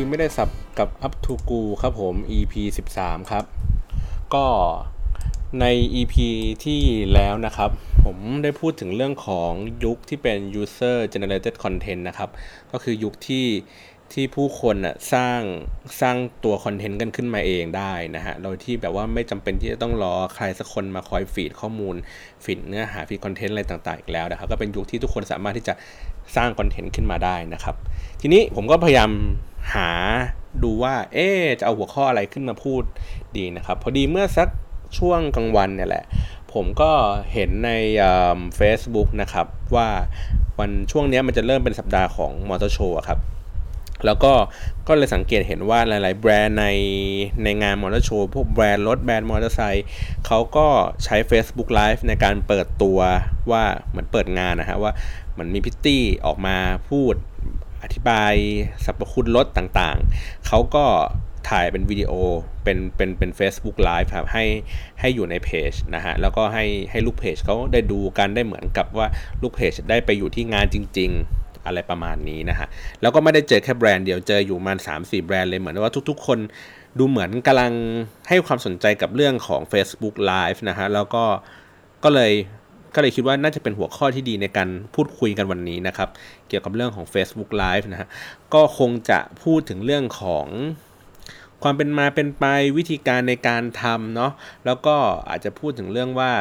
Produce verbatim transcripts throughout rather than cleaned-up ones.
ยไม่ได้สับกับ Up to Gu ครับผม อี พี สิบสามครับก็ใน อี พี ที่แล้วนะครับผมได้พูดถึงเรื่องของยุคที่เป็น user generated content นะครับก็คือยุคที่ที่ผู้คนอ่ะสร้างสร้างตัวคอนเทนต์กันขึ้นมาเองได้นะฮะโดยที่แบบว่าไม่จำเป็นที่จะต้องรอใครสักคนมาคอยฟีดข้อมูลฟีดเนื้อหาฟีดคอนเทนต์อะไรต่างๆอีกแล้วนะครับก็เป็นยุคที่ทุกคนสามารถที่จะสร้างคอนเทนต์ขึ้นมาได้นะครับทีนี้ผมก็พยายามหาดูว่าเอ๊ะจะเอาหัวข้ออะไรขึ้นมาพูดดีนะครับพอดีเมื่อสักช่วงกลางวันเนี่ยแหละผมก็เห็นในเฟซบุ๊กนะครับว่าวันช่วงนี้มันจะเริ่มเป็นสัปดาห์ของมอเตอร์โชว์ครับแล้วก็ก็เลยสังเกตเห็นว่าหลายๆแบรนด์ในในงานมอเตอร์โชว์พวกแบรนด์รถแบรนด์มอเตอร์ไซค์เขาก็ใช้ Facebook Live ในการเปิดตัวว่าเหมือนเปิดงานนะฮะว่าเหมือนมีพิตตี้ออกมาพูดอธิบายสรรพคุณรถต่างๆเขาก็ถ่ายเป็นวิดีโอเป็นเป็นเป็น Facebook Live ครับให้ให้อยู่ในเพจนะฮะแล้วก็ให้ให้ลูกเพจเขาได้ดูกันได้เหมือนกับว่าลูกเพจได้ไปอยู่ที่งานจริงๆอะไรประมาณนี้นะฮะแล้วก็ไม่ได้เจอแค่แบรนด์เดียวเจออยู่ประมาณ สามสี่ แบรนด์เลยเหมือนว่าทุกๆคนดูเหมือนกำลังให้ความสนใจกับเรื่องของ Facebook Live นะฮะแล้วก็ก็เลยก็เลยคิดว่าน่าจะเป็นหัวข้อที่ดีในการพูดคุยกันวันนี้นะครับเกี่ยวกับเรื่องของ Facebook Live นะฮะก็คงจะพูดถึงเรื่องของความเป็นมาเป็นไปวิธีการในการทำเนาะแล้วก็อาจจะพูดถึงเรื่องว่า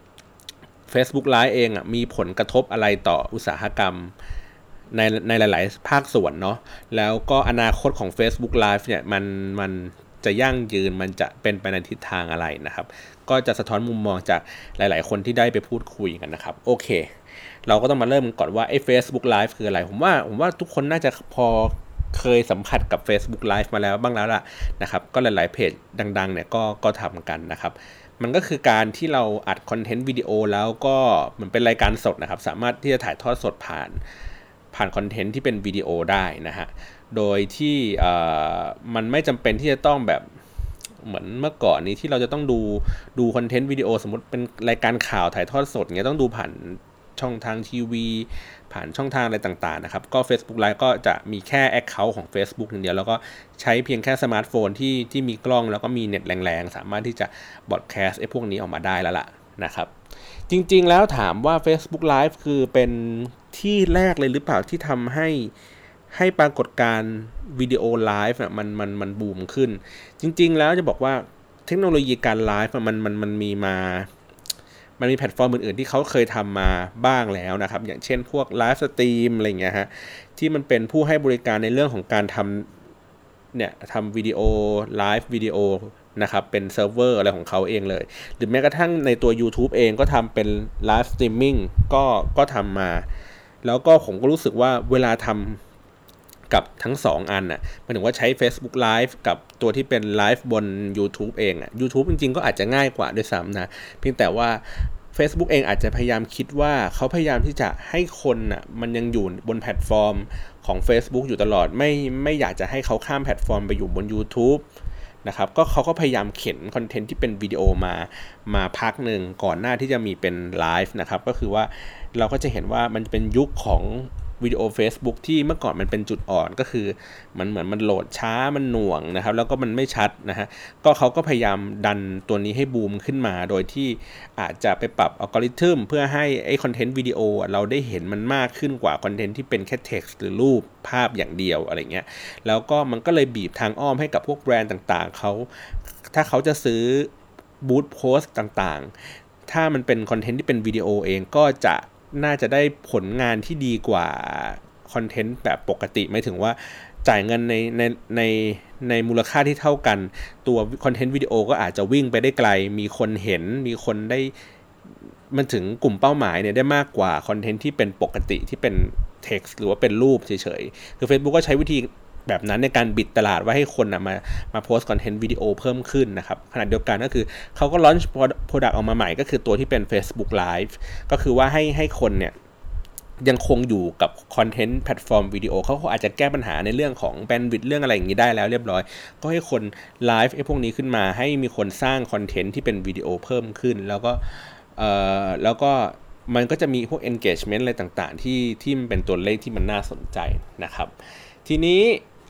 Facebook Live เองอ่ะมีผลกระทบอะไรต่ออุตสาหกรรมในในหลายๆภาคส่วนเนาะแล้วก็อนาคตของ Facebook Live เนี่ยมันมันจะยั่งยืนมันจะเป็นไปในทิศทางอะไรนะครับก็จะสะท้อนมุมมองจากหลายๆคนที่ได้ไปพูดคุยกันนะครับโอเคเราก็ต้องมาเริ่มก่อนว่าไอ้ Facebook Live คืออะไรผมว่าผมว่าทุกคนน่าจะพอเคยสัมผัสกับ Facebook Live มาแล้วบ้างแล้วล่ะนะครับก็หลายๆเพจดังๆเนี่ยก็ก็ทำกันนะครับมันก็คือการที่เราอัดคอนเทนต์วิดีโอแล้วก็เหมือนเป็นรายการสดนะครับสามารถที่จะถ่ายทอดสดผ่านผ่านคอนเทนต์ที่เป็นวิดีโอได้นะฮะโดยที่มันไม่จำเป็นที่จะต้องแบบเหมือนเมื่อก่อนนี้ที่เราจะต้องดูดูคอนเทนต์วิดีโอสมมติเป็นรายการข่าวถ่ายทอดสดเงี้ยต้องดูผ่านช่องทางทีวีผ่านช่องทางอะไรต่างๆนะครับก็ Facebook Live ก็จะมีแค่ Account ของ Facebook อย่างเดียวแล้วก็ใช้เพียงแค่สมาร์ทโฟนที่ที่มีกล้องแล้วก็มีเน็ตแรงๆสามารถที่จะบอดแคสต์ไอ้พวกนี้ออกมาได้แล้วล่ะนะครับจริงๆแล้วถามว่า Facebook Live คือเป็นที่แรกเลยหรือเปล่าที่ทำให้ให้ปรากฏการณ์วิดีโอไลฟ์มันมันมันบูมขึ้นจริงๆแล้วจะบอกว่าเทคโนโลยีการไลฟ์มันมันมันมีมามันมีแพลตฟอร์มอื่นๆที่เขาเคยทำมาบ้างแล้วนะครับอย่างเช่นพวกไลฟ์สตรีมอะไรเงี้ยฮะที่มันเป็นผู้ให้บริการในเรื่องของการทำเนี่ยทำวิดีโอไลฟ์วิดีโอนะครับเป็นเซิร์ฟเวอร์อะไรของเขาเองเลยหรือแม้กระทั่งในตัว YouTube เองก็ทำเป็นไลฟ์สตรีมมิ่งก็ก็ทำมาแล้วก็ผมก็รู้สึกว่าเวลาทำกับทั้งสองอันน่ะหมายถึงว่าใช้ Facebook Live กับตัวที่เป็นไลฟ์บน YouTube เองอ่ะ YouTube จริงๆก็อาจจะง่ายกว่าด้วยซ้ำนะเพียงแต่ว่า Facebook เองอาจจะพยายามคิดว่าเขาพยายามที่จะให้คนน่ะมันยังอยู่บนแพลตฟอร์มของ Facebook อยู่ตลอดไม่ไม่อยากจะให้เขาข้ามแพลตฟอร์มไปอยู่บน YouTubeนะครับก็เขาก็พยายามเข็นคอนเทนต์ที่เป็นวิดีโอมามาพักหนึ่งก่อนหน้าที่จะมีเป็นไลฟ์นะครับก็คือว่าเราก็จะเห็นว่ามันเป็นยุคของวิดีโอ Facebook ที่เมื่อก่อนมันเป็นจุดอ่อนก็คือมันเหมือนมันโหลดช้ามันหน่วงนะครับแล้วก็มันไม่ชัดนะฮะก็เขาก็พยายามดันตัวนี้ให้บูมขึ้นมาโดยที่อาจจะไปปรับอัลกอริทึมเพื่อให้ไอ้คอนเทนต์วิดีโอเราได้เห็นมันมากขึ้นกว่าคอนเทนต์ที่เป็นแค่ text หรือรูปภาพอย่างเดียวอะไรเงี้ยแล้วก็มันก็เลยบีบทางอ้อมให้กับพวกแบรนด์ต่างๆเขาถ้าเขาจะซื้อบูธโพสต์ต่างๆถ้ามันเป็นคอนเทนต์ที่เป็นวิดีโอเองก็จะน่าจะได้ผลงานที่ดีกว่าคอนเทนต์แบบปกติหมายถึงว่าจ่ายเงินในในในในมูลค่าที่เท่ากันตัวคอนเทนต์วิดีโอก็อาจจะวิ่งไปได้ไกลมีคนเห็นมีคนได้มันถึงกลุ่มเป้าหมายเนี่ยได้มากกว่าคอนเทนต์ที่เป็นปกติที่เป็น text หรือว่าเป็นรูปเฉยๆคือ Facebook ก็ใช้วิธีแบบนั้นในการบิดตลาดว่าให้คนนะมามาโพสต์คอนเทนต์วิดีโอเพิ่มขึ้นนะครับขณะเดียวกันก็คือเขาก็ลอนช์โปรดักต์ออกมาใหม่ก็คือตัวที่เป็น Facebook Live ก็คือว่าให้ให้คนเนี่ยยังคงอยู่กับคอนเทนต์แพลตฟอร์มวิดีโอเขาอาจจะแก้ปัญหาในเรื่องของแบนด์วิดต์เรื่องอะไรอย่างนี้ได้แล้วเรียบร้อยก็ให้คนไลฟ์ไอ้พวกนี้ขึ้นมาให้มีคนสร้างคอนเทนต์ที่เป็นวิดีโอเพิ่มขึ้นแล้วก็เอ่อแล้วก็มันก็จะมีพวก engagement อะไรต่างๆที่ที่มันเป็นตัวเลขที่มันน่าสนใจนะครับทีนี้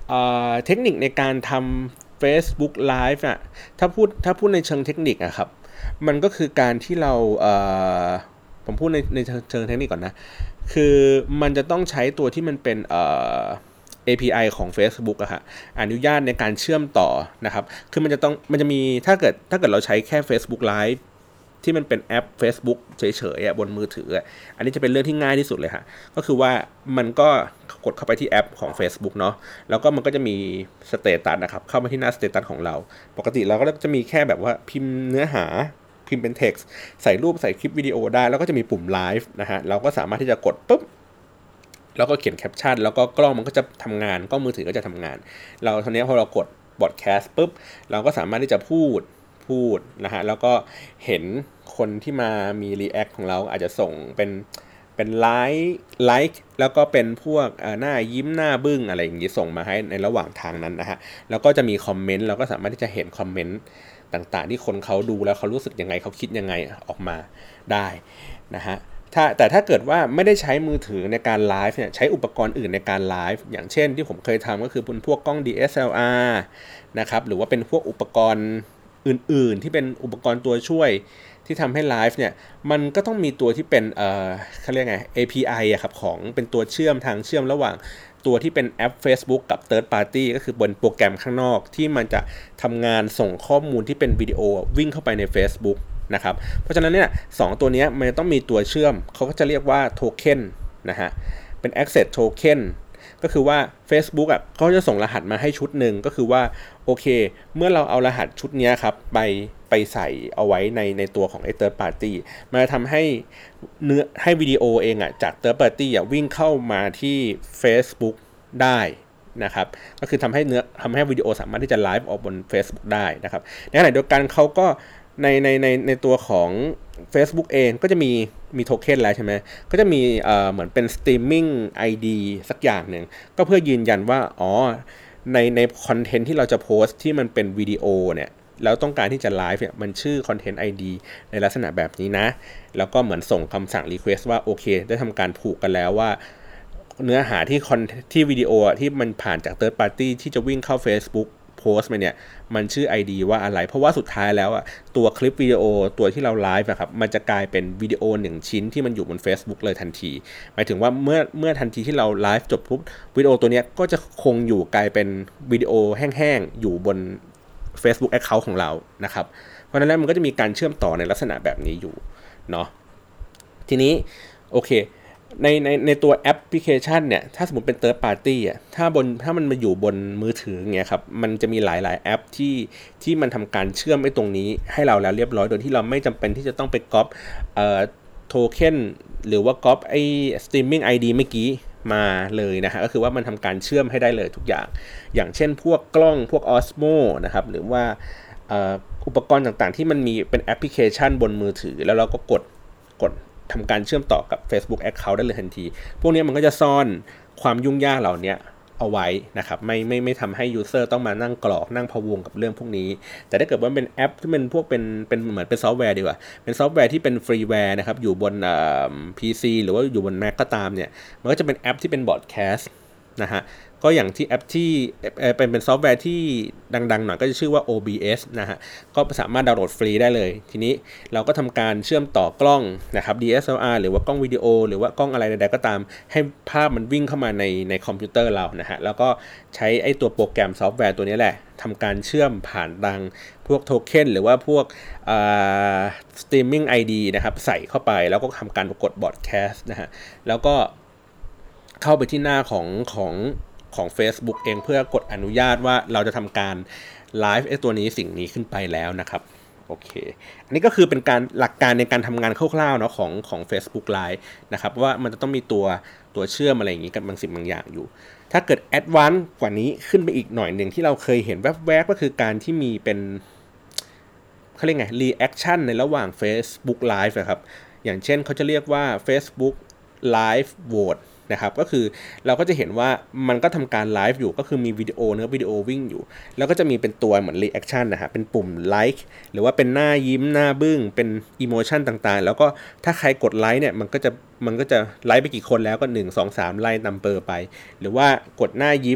เอ่อเทคนิคในการทำ Facebook Live อ่ะถ้าพูดถ้าพูดในเชิงเทคนิคอะครับมันก็คือการที่เราเอ่อผมพูดในในเชิงเทคนิคก่อนนะคือมันจะต้องใช้ตัวที่มันเป็นเอ่อ เอ พี ไอ ของ Facebook อะค่ะอนุญาตในการเชื่อมต่อนะครับคือมันจะต้องมันจะมีถ้าเกิดถ้าเกิดเราใช้แค่ Facebook Live ที่มันเป็นแอป Facebook เฉยๆบนมือถืออันนี้จะเป็นเรื่องที่ง่ายที่สุดเลยค่ะก็คือว่ามันก็กดเข้าไปที่แอปของ Facebook เนาะแล้วก็มันก็จะมีสเตตัสนะครับเข้ามาที่หน้าสเตตัสของเราปกติเราก็จะมีแค่แบบว่าพิมพ์เนื้อหาพิมพ์เป็น text ใส่รูปใส่คลิปวิดีโอได้แล้วก็จะมีปุ่ม Live นะฮะเราก็สามารถที่จะกดปุ๊บแล้วก็เขียนแคปชั่นแล้วก็กล้องมันก็จะทำงานกล้องมือถือก็จะทำงานเราทีนี้พอเรากดบอดแคสต์ปุ๊บเราก็สามารถที่จะพูดพูดนะฮะแล้วก็เห็นคนที่มามีรีแอคของเราอาจจะส่งเป็นเป็นไลค์ไลค์แล้วก็เป็นพวกหน้ายิ้มหน้าบึ้งอะไรอย่างนี้ส่งมาให้ในระหว่างทางนั้นนะฮะแล้วก็จะมีคอมเมนต์เราก็สามารถที่จะเห็นคอมเมนต์ต่างๆที่คนเขาดูแล้วเขารู้สึกยังไงเขาคิดยังไงออกมาได้นะฮะถ้าแต่ถ้าเกิดว่าไม่ได้ใช้มือถือในการไลฟ์เนี่ยใช้อุปกรณ์อื่นในการไลฟ์อย่างเช่นที่ผมเคยทำก็คือเป็นพวกกล้อง ดี เอส แอล อาร์ นะครับหรือว่าเป็นพวกอุปกรณ์อื่นๆที่เป็นอุปกรณ์ตัวช่วยที่ทำให้ไลฟ์เนี่ยมันก็ต้องมีตัวที่เป็นเอ่อเขาเรียกไง เอ พี ไอ อะครับของเป็นตัวเชื่อมทางเชื่อมระหว่างตัวที่เป็นแอป Facebook กับ Third Party ก็คือบนโปรแกรมข้างนอกที่มันจะทำงานส่งข้อมูลที่เป็นวิดีโอวิ่งเข้าไปใน Facebook นะครับเพราะฉะนั้นเนี่ยสองตัวนี้มันจะต้องมีตัวเชื่อมเขาก็จะเรียกว่าโทเค็นนะฮะเป็น access token ก็คือว่า Facebook อ่ะเขาจะส่งรหัสมาให้ชุดหนึ่งก็คือว่าโอเคเมื่อเราเอารหัสชุดนี้ครับไปไปใส่เอาไว้ในในตัวของไอ้ Third Party มันจะทำให้เนื้อให้วิดีโอเองอ่ะจาก Third Party อ่ะวิ่งเข้ามาที่ Facebook ได้นะครับก็คือทำให้เนื้อทำให้วิดีโอสามารถที่จะไลฟ์ออกบน Facebook ได้นะครับในขณะเดียวกันเขาก็ในในในในตัวของ Facebook เองก็จะมีมีโทเค็นแล้วใช่ไหมก็จะมีเอ่อเหมือนเป็น streaming ไอ ดี สักอย่างหนึ่งก็เพื่อยืนยันว่าอ๋อในในคอนเทนต์ที่เราจะโพสต์ที่มันเป็นวิดีโอเนี่ยแล้วต้องการที่จะไลฟ์เนี่ยมันชื่อ Content ไอ ดี ในลักษณะแบบนี้นะแล้วก็เหมือนส่งคำสั่ง request ว่าโอเคได้ทำการผูกกันแล้วว่าเนื้อหาที่คอนที่วิดีโอที่มันผ่านจาก Third Party ที่จะวิ่งเข้า Facebookโพสต์มาเนี่ยมันชื่อ ไอ ดี ว่าอะไรเพราะว่าสุดท้ายแล้วอ่ะตัวคลิปวิดีโอตัวที่เราไลฟ์อะครับมันจะกลายเป็นวิดีโอหนึ่งชิ้นที่มันอยู่บน Facebook เลยทันทีหมายถึงว่าเมื่อเมื่อทันทีที่เราไลฟ์จบปุ๊บวิดีโอตัวเนี้ยก็จะคงอยู่กลายเป็นวิดีโอแห้งๆอยู่บน Facebook Account ของเรานะครับเพราะฉะนั้นแล้วมันก็จะมีการเชื่อมต่อในลักษณะแบบนี้อยู่เนาะทีนี้โอเคในในในตัวแอปพลิเคชันเนี่ยถ้าสมมติเป็น Third Party อ่ะถ้าบนถ้ามันมาอยู่บนมือถืออย่างเงี้ยครับมันจะมีหลายๆแอปที่ที่มันทำการเชื่อมไอ้ตรงนี้ให้เราแล้วเรียบร้อยโดยที่เราไม่จำเป็นที่จะต้องไปก๊อปเอ่อโทเค็นหรือว่าก๊อปไอ้ streaming ไอ ดี เมื่อกี้มาเลยนะฮะก็คือว่ามันทำการเชื่อมให้ได้เลยทุกอย่างอย่างเช่นพวกกล้องพวก Osmo นะครับหรือว่าอุปกรณ์ต่างๆที่มันมีเป็นแอปพลิเคชันบนมือถือแล้วเราก็กดกดทำการเชื่อมต่อกับ Facebook Account ได้เลยทันทีพวกนี้มันก็จะซ่อนความยุ่งยากเหล่านี้เอาไว้นะครับไม่ไม่ไม่ทำให้ user ต้องมานั่งกรอกนั่งพะวงกับเรื่องพวกนี้แต่ถ้าเกิดว่าเป็นแอปที่เป็นพวกเป็นเป็นเหมือนเป็นซอฟต์แวร์ดีกว่าเป็นซอฟต์แวร์ที่เป็นฟรีแวร์นะครับอยู่บนเอ่อ พี ซี หรือว่าอยู่บน Mac ก็ตามเนี่ยมันก็จะเป็นแอปที่เป็นบอดแคสต์นะฮะก็อย่างที่แอปที่เป็นเป็นซอฟต์แวร์ที่ดังๆหน่อยก็จะชื่อว่า โอ บี เอส นะฮะก็สามารถดาวน์โหลดฟรีได้เลยทีนี้เราก็ทำการเชื่อมต่อกล้องนะครับ ดี เอส แอล อาร์ หรือว่ากล้องวิดีโอหรือว่ากล้องอะไรใดๆก็ตามให้ภาพมันวิ่งเข้ามาในในคอมพิวเตอร์เรานะฮะแล้วก็ใช้ไอ้ตัวโปรแกรมซอฟต์แวร์ตัวนี้แหละทำการเชื่อมผ่านดังพวกโทเค็นหรือว่าพวกอ่า streaming ไอ ดี นะครับใส่เข้าไปแล้วก็ทำการกดบอดแคสต์นะฮะแล้วก็เข้าไปที่หน้าของของของ Facebook เองเพื่อกดอนุญาตว่าเราจะทำการไลฟ์ไอ้ตัวนี้สิ่งนี้ขึ้นไปแล้วนะครับโอเคอันนี้ก็คือเป็นการหลักการในการทำงานคร่าวๆเนาะของของ Facebook Live นะครับว่ามันจะต้องมีตัวตัวเชื่อมอะไรอย่างนี้กันบางสิ่งบางอย่างอยู่ถ้าเกิดแอดวานซ์กว่านี้ขึ้นไปอีกหน่อยหนึ่งที่เราเคยเห็นแวบๆก็คือการที่มีเป็นเขาเรียกไง reaction ในระหว่าง Facebook Live นะครับอย่างเช่นเขาจะเรียกว่า Facebook Live Voteนะครับก็คือเราก็จะเห็นว่ามันก็ทำการไลฟ์อยู่ก็คือมีวิดีโอเนื้อวิดีโอวิ่งอยู่แล้วก็จะมีเป็นตัวเหมือนรีแอคชั่นนะฮะเป็นปุ่มไลค์หรือว่าเป็นหน้ายิ้มหน้าบึ้งเป็นอีโมชันต่างๆแล้วก็ถ้าใครกดไลค์เนี่ยมันก็จะมันก็จะไลค์ไปกี่คนแล้วก็หนึ่ง สอง สามไล่นัมเบอร์ไปหรือว่ากดหน้ายิ้ม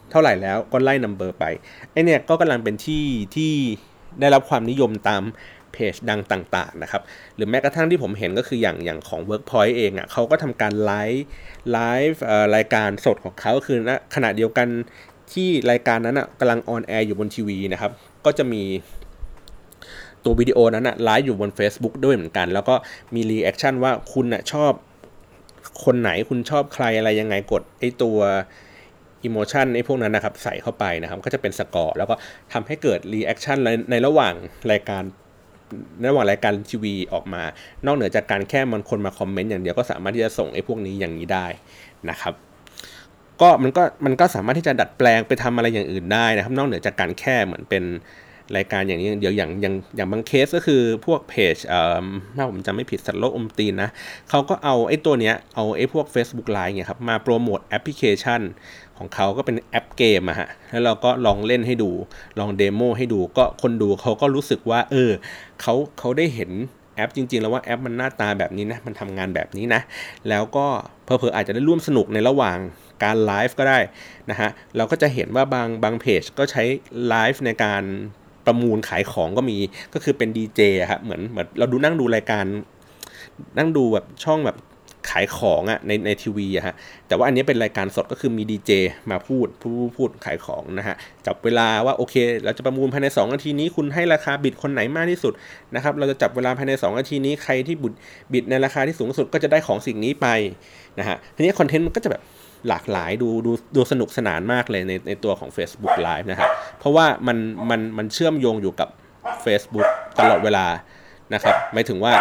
เท่าไหร่แล้วก็ไล่นัมเบอร์ไปไอเนี่ยก็กำลังเป็นที่ที่ได้รับความนิยมตามเพจดังต่างๆนะครับหรือแม้กระทั่งที่ผมเห็นก็คืออย่างอย่างของ Workpoint เองอ่ะเขาก็ทำการไลฟ์ไลฟ์รายการสดของเขาคือณขณะเดียวกันที่รายการนั้นอ่ะกำลังออนแอร์อยู่บนทีวีนะครับก็จะมีตัววิดีโอนั้นนะไลฟ์อยู่บน Facebook ด้วยเหมือนกันแล้วก็มีรีแอคชั่นว่าคุณนะชอบคนไหนคุณชอบใครอะไรยังไงกดไอตัวอิโมชันไอพวกนั้นนะครับใส่เข้าไปนะครับก็จะเป็นสกอร์แล้วก็ทำให้เกิดรีแอคชั่นในในระหว่างรายการในระหว่างรายการทีวีออกมานอกเหนือจากการแค่มันคนมาคอมเมนต์อย่างเดียวก็สามารถที่จะส่งไอ้พวกนี้อย่างนี้ได้นะครับก็มันก็มันก็สามารถที่จะดัดแปลงไปทำอะไรอย่างอื่นได้นะครับนอกเหนือจากการแค่เหมือนเป็นรายการอย่างนี้เดี๋ยวอย่างอย่างอย่างบางเคสก็คือพวกเพจเอ่อถ้าผมจำไม่ผิดสัตว์โลกอมตีนนะเขาก็เอาไอ้ตัวเนี้ยเอาไอ้พวก Facebook Live เนี่ยครับมาโปรโมทแอปพลิเคชันของเขาก็เป็นแอปเกมอะฮะแล้วเราก็ลองเล่นให้ดูลองเดโมให้ดูก็คนดูเขาก็รู้สึกว่าเออเขาเขาได้เห็นแอปจริงๆแล้วว่าแอปมันหน้าตาแบบนี้นะมันทำงานแบบนี้นะแล้วก็เผลอๆอาจจะได้ร่วมสนุกในระหว่างการไลฟ์ก็ได้นะฮะเราก็จะเห็นว่าบางบางเพจก็ใช้ไลฟ์ในการประมูลขายของก็มีก็คือเป็นดีเจครับเหมือนเหมือนเราดูนั่งดูรายการนั่งดูแบบช่องแบบขายของอ่ะในในทีวีอะฮะแต่ว่าอันนี้เป็นรายการสดก็คือมีดีเจมาพูดพูดพูดขายของนะฮะจับเวลาว่าโอเคเราจะประมูลภายในสองนาทีนี้คุณให้ราคาบิดคนไหนมากที่สุดนะครับเราจะจับเวลาภายในสองนาทีนี้ใครที่บุดบิดในราคาที่สูงสุดก็จะได้ของสิ่งนี้ไปนะฮะทีนี้คอนเทนต์มันก็จะแบบหลากหลายดูดูดูสนุกสนานมากเลยในในตัวของ Facebook Live นะครับเพราะว่ามันมันมันเชื่อมโยงอยู่กับ Facebook ตลอดเวลานะครับหมายถึงว่า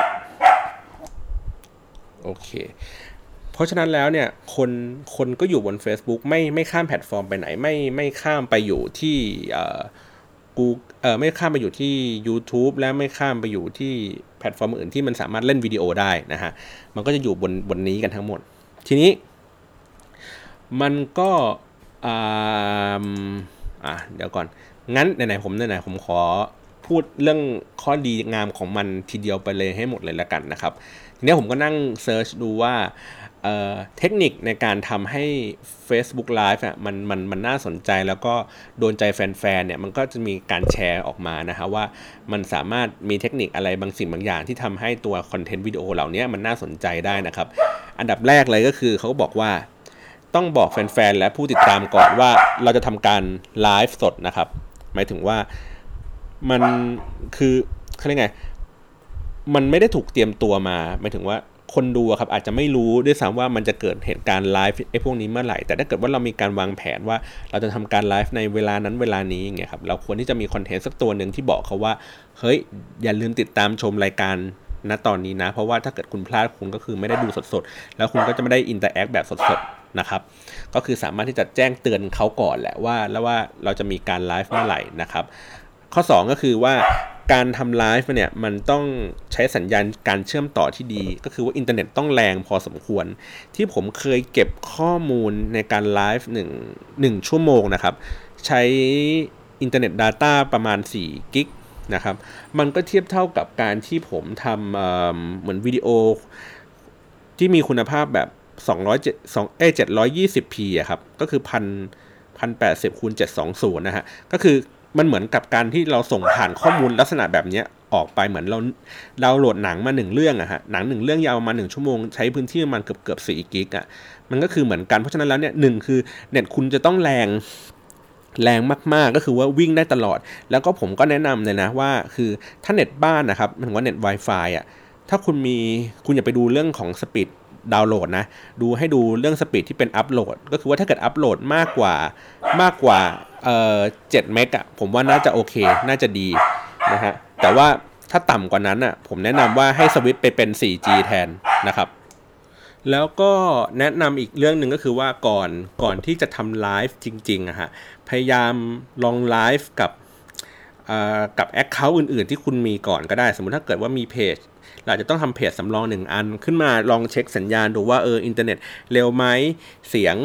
โอเคเพราะฉะนั้นแล้วเนี่ยคนคนก็อยู่บน Facebook ไม่ไม่ข้ามแพลตฟอร์มไปไหนไม่ไม่ข้ามไปอยู่ที่เอ่อกูเอ่อไม่ข้ามไปอยู่ที่ YouTube และไม่ข้ามไปอยู่ที่แพลตฟอร์มอื่นที่มันสามารถเล่นวิดีโอได้นะฮะมันก็จะอยู่บนบนนี้กันทั้งหมดทีนี้มันก็อ่าอ่ะเดี๋ยวก่อนงั้นไหนๆผมไหนๆผมขอพูดเรื่องข้อดีงามของมันทีเดียวไปเลยให้หมดเลยละกันนะครับทีนี้ผมก็นั่งเซิร์ชดูว่าเอ่อเทคนิคในการทำให้ Facebook Live อ่ะมันมันมันน่าสนใจแล้วก็โดนใจแฟนๆเนี่ยมันก็จะมีการแชร์ออกมานะฮะว่ามันสามารถมีเทคนิคอะไรบางสิ่งบางอย่างที่ทำให้ตัวคอนเทนต์วิดีโอเหล่านี้มันน่าสนใจได้นะครับอันดับแรกเลยก็คือเขาก็บอกว่าต้องบอกแฟนๆและผู้ติดตามก่อนว่าเราจะทำการไลฟ์สดนะครับหมายถึงว่ามันคือเขาเรียกไงมันไม่ได้ถูกเตรียมตัวมาหมายถึงว่าคนดูครับอาจจะไม่รู้ด้วยซ้ำว่ามันจะเกิดเหตุการณ์ไลฟ์ไอ้พวกนี้เมื่อไหร่แต่ถ้าเกิดว่าเรามีการวางแผนว่าเราจะทำการไลฟ์ในเวลานั้นเวลานี้อย่างเงี้ยครับเราควรที่จะมีคอนเทนต์สักตัวหนึ่งที่บอกเขาว่าเฮ้ยอย่าลืมติดตามชมรายการณตอนนี้นะเพราะว่าถ้าเกิดคุณพลาดคุณก็คือไม่ได้ดูสดๆแล้วคุณก็จะไม่ได้อินเตอร์แอคแบบสดๆนะครับก็คือสามารถที่จะแจ้งเตือนเขาก่อนแหละว่าแล้วว่าเราจะมีการไลฟ์เมื่อไหร่นะครับข้อสองก็คือว่าการทำไลฟ์เนี่ยมันต้องใช้สัญญาณการเชื่อมต่อที่ดีก็คือว่าอินเทอร์เน็ตต้องแรงพอสมควรที่ผมเคยเก็บข้อมูลในการไลฟ์หนึ่ง หนึ่งชั่วโมงนะครับใช้อินเทอร์เน็ต data ประมาณสี่กิกนะครับมันก็เทียบเท่ากับการที่ผมทำเอ่อเหมือนวิดีโอที่มีคุณภาพแบบสองร้อยเจ็ด สองเอ้ย เจ็ดร้อยยี่สิบ พี อ่ะครับก็คือ หนึ่งพันแปดสิบ คูณ เจ็ดร้อยยี่สิบ นะฮะก็คือมันเหมือนกับการที่เราส่งผ่านข้อมูลลักษณะแบบนี้ออกไปเหมือนเราเราโหลดหนังมาหนึ่งเรื่องอะฮะหนังหนึ่งเรื่องยาวประมาณหนึ่งชั่วโมงใช้พื้นที่ประมาณเกือบๆสี่กิกอะมันก็คือเหมือนกันเพราะฉะนั้นแล้วเนี่ยหนึ่งคือเน็ตคุณจะต้องแรงแรงมากๆก็คือว่าวิ่งได้ตลอดแล้วก็ผมก็แนะนำเลยนะว่าคือถ้าเน็ตบ้านนะครับหมายถึงว่าเน็ต Wi-Fi อ่ะถ้าคุณมีคุณอย่าไปดูเรื่องของสปีดดาวน์โหลดนะดูให้ดูเรื่องสปีดที่เป็นอัปโหลดก็คือว่าถ้าเกิดอัปโหลดมากกว่ามากกว่าเอ่อเจ็ดเมกอะผมว่าน่าจะโอเคน่าจะดีนะฮะแต่ว่าถ้าต่ำกว่านั้นอ่ะผมแนะนำว่าให้สวิตช์ไปเป็น โฟร์จี แทนนะครับแล้วก็แนะนำอีกเรื่องหนึ่งก็คือว่าก่อนก่อนที่จะทำไลฟ์จริงๆอะฮะพยายามลองไลฟ์กับกับแอคเคาท์อื่นๆที่คุณมีก่อนก็ได้สมมุติถ้าเกิดว่ามีเพจเราจะต้องทำเพจสำรองหนึ่งอันขึ้นมาลองเช็คสัญญาณดูว่าเอออินเทอร์เน็ตเร็วไหมเสียง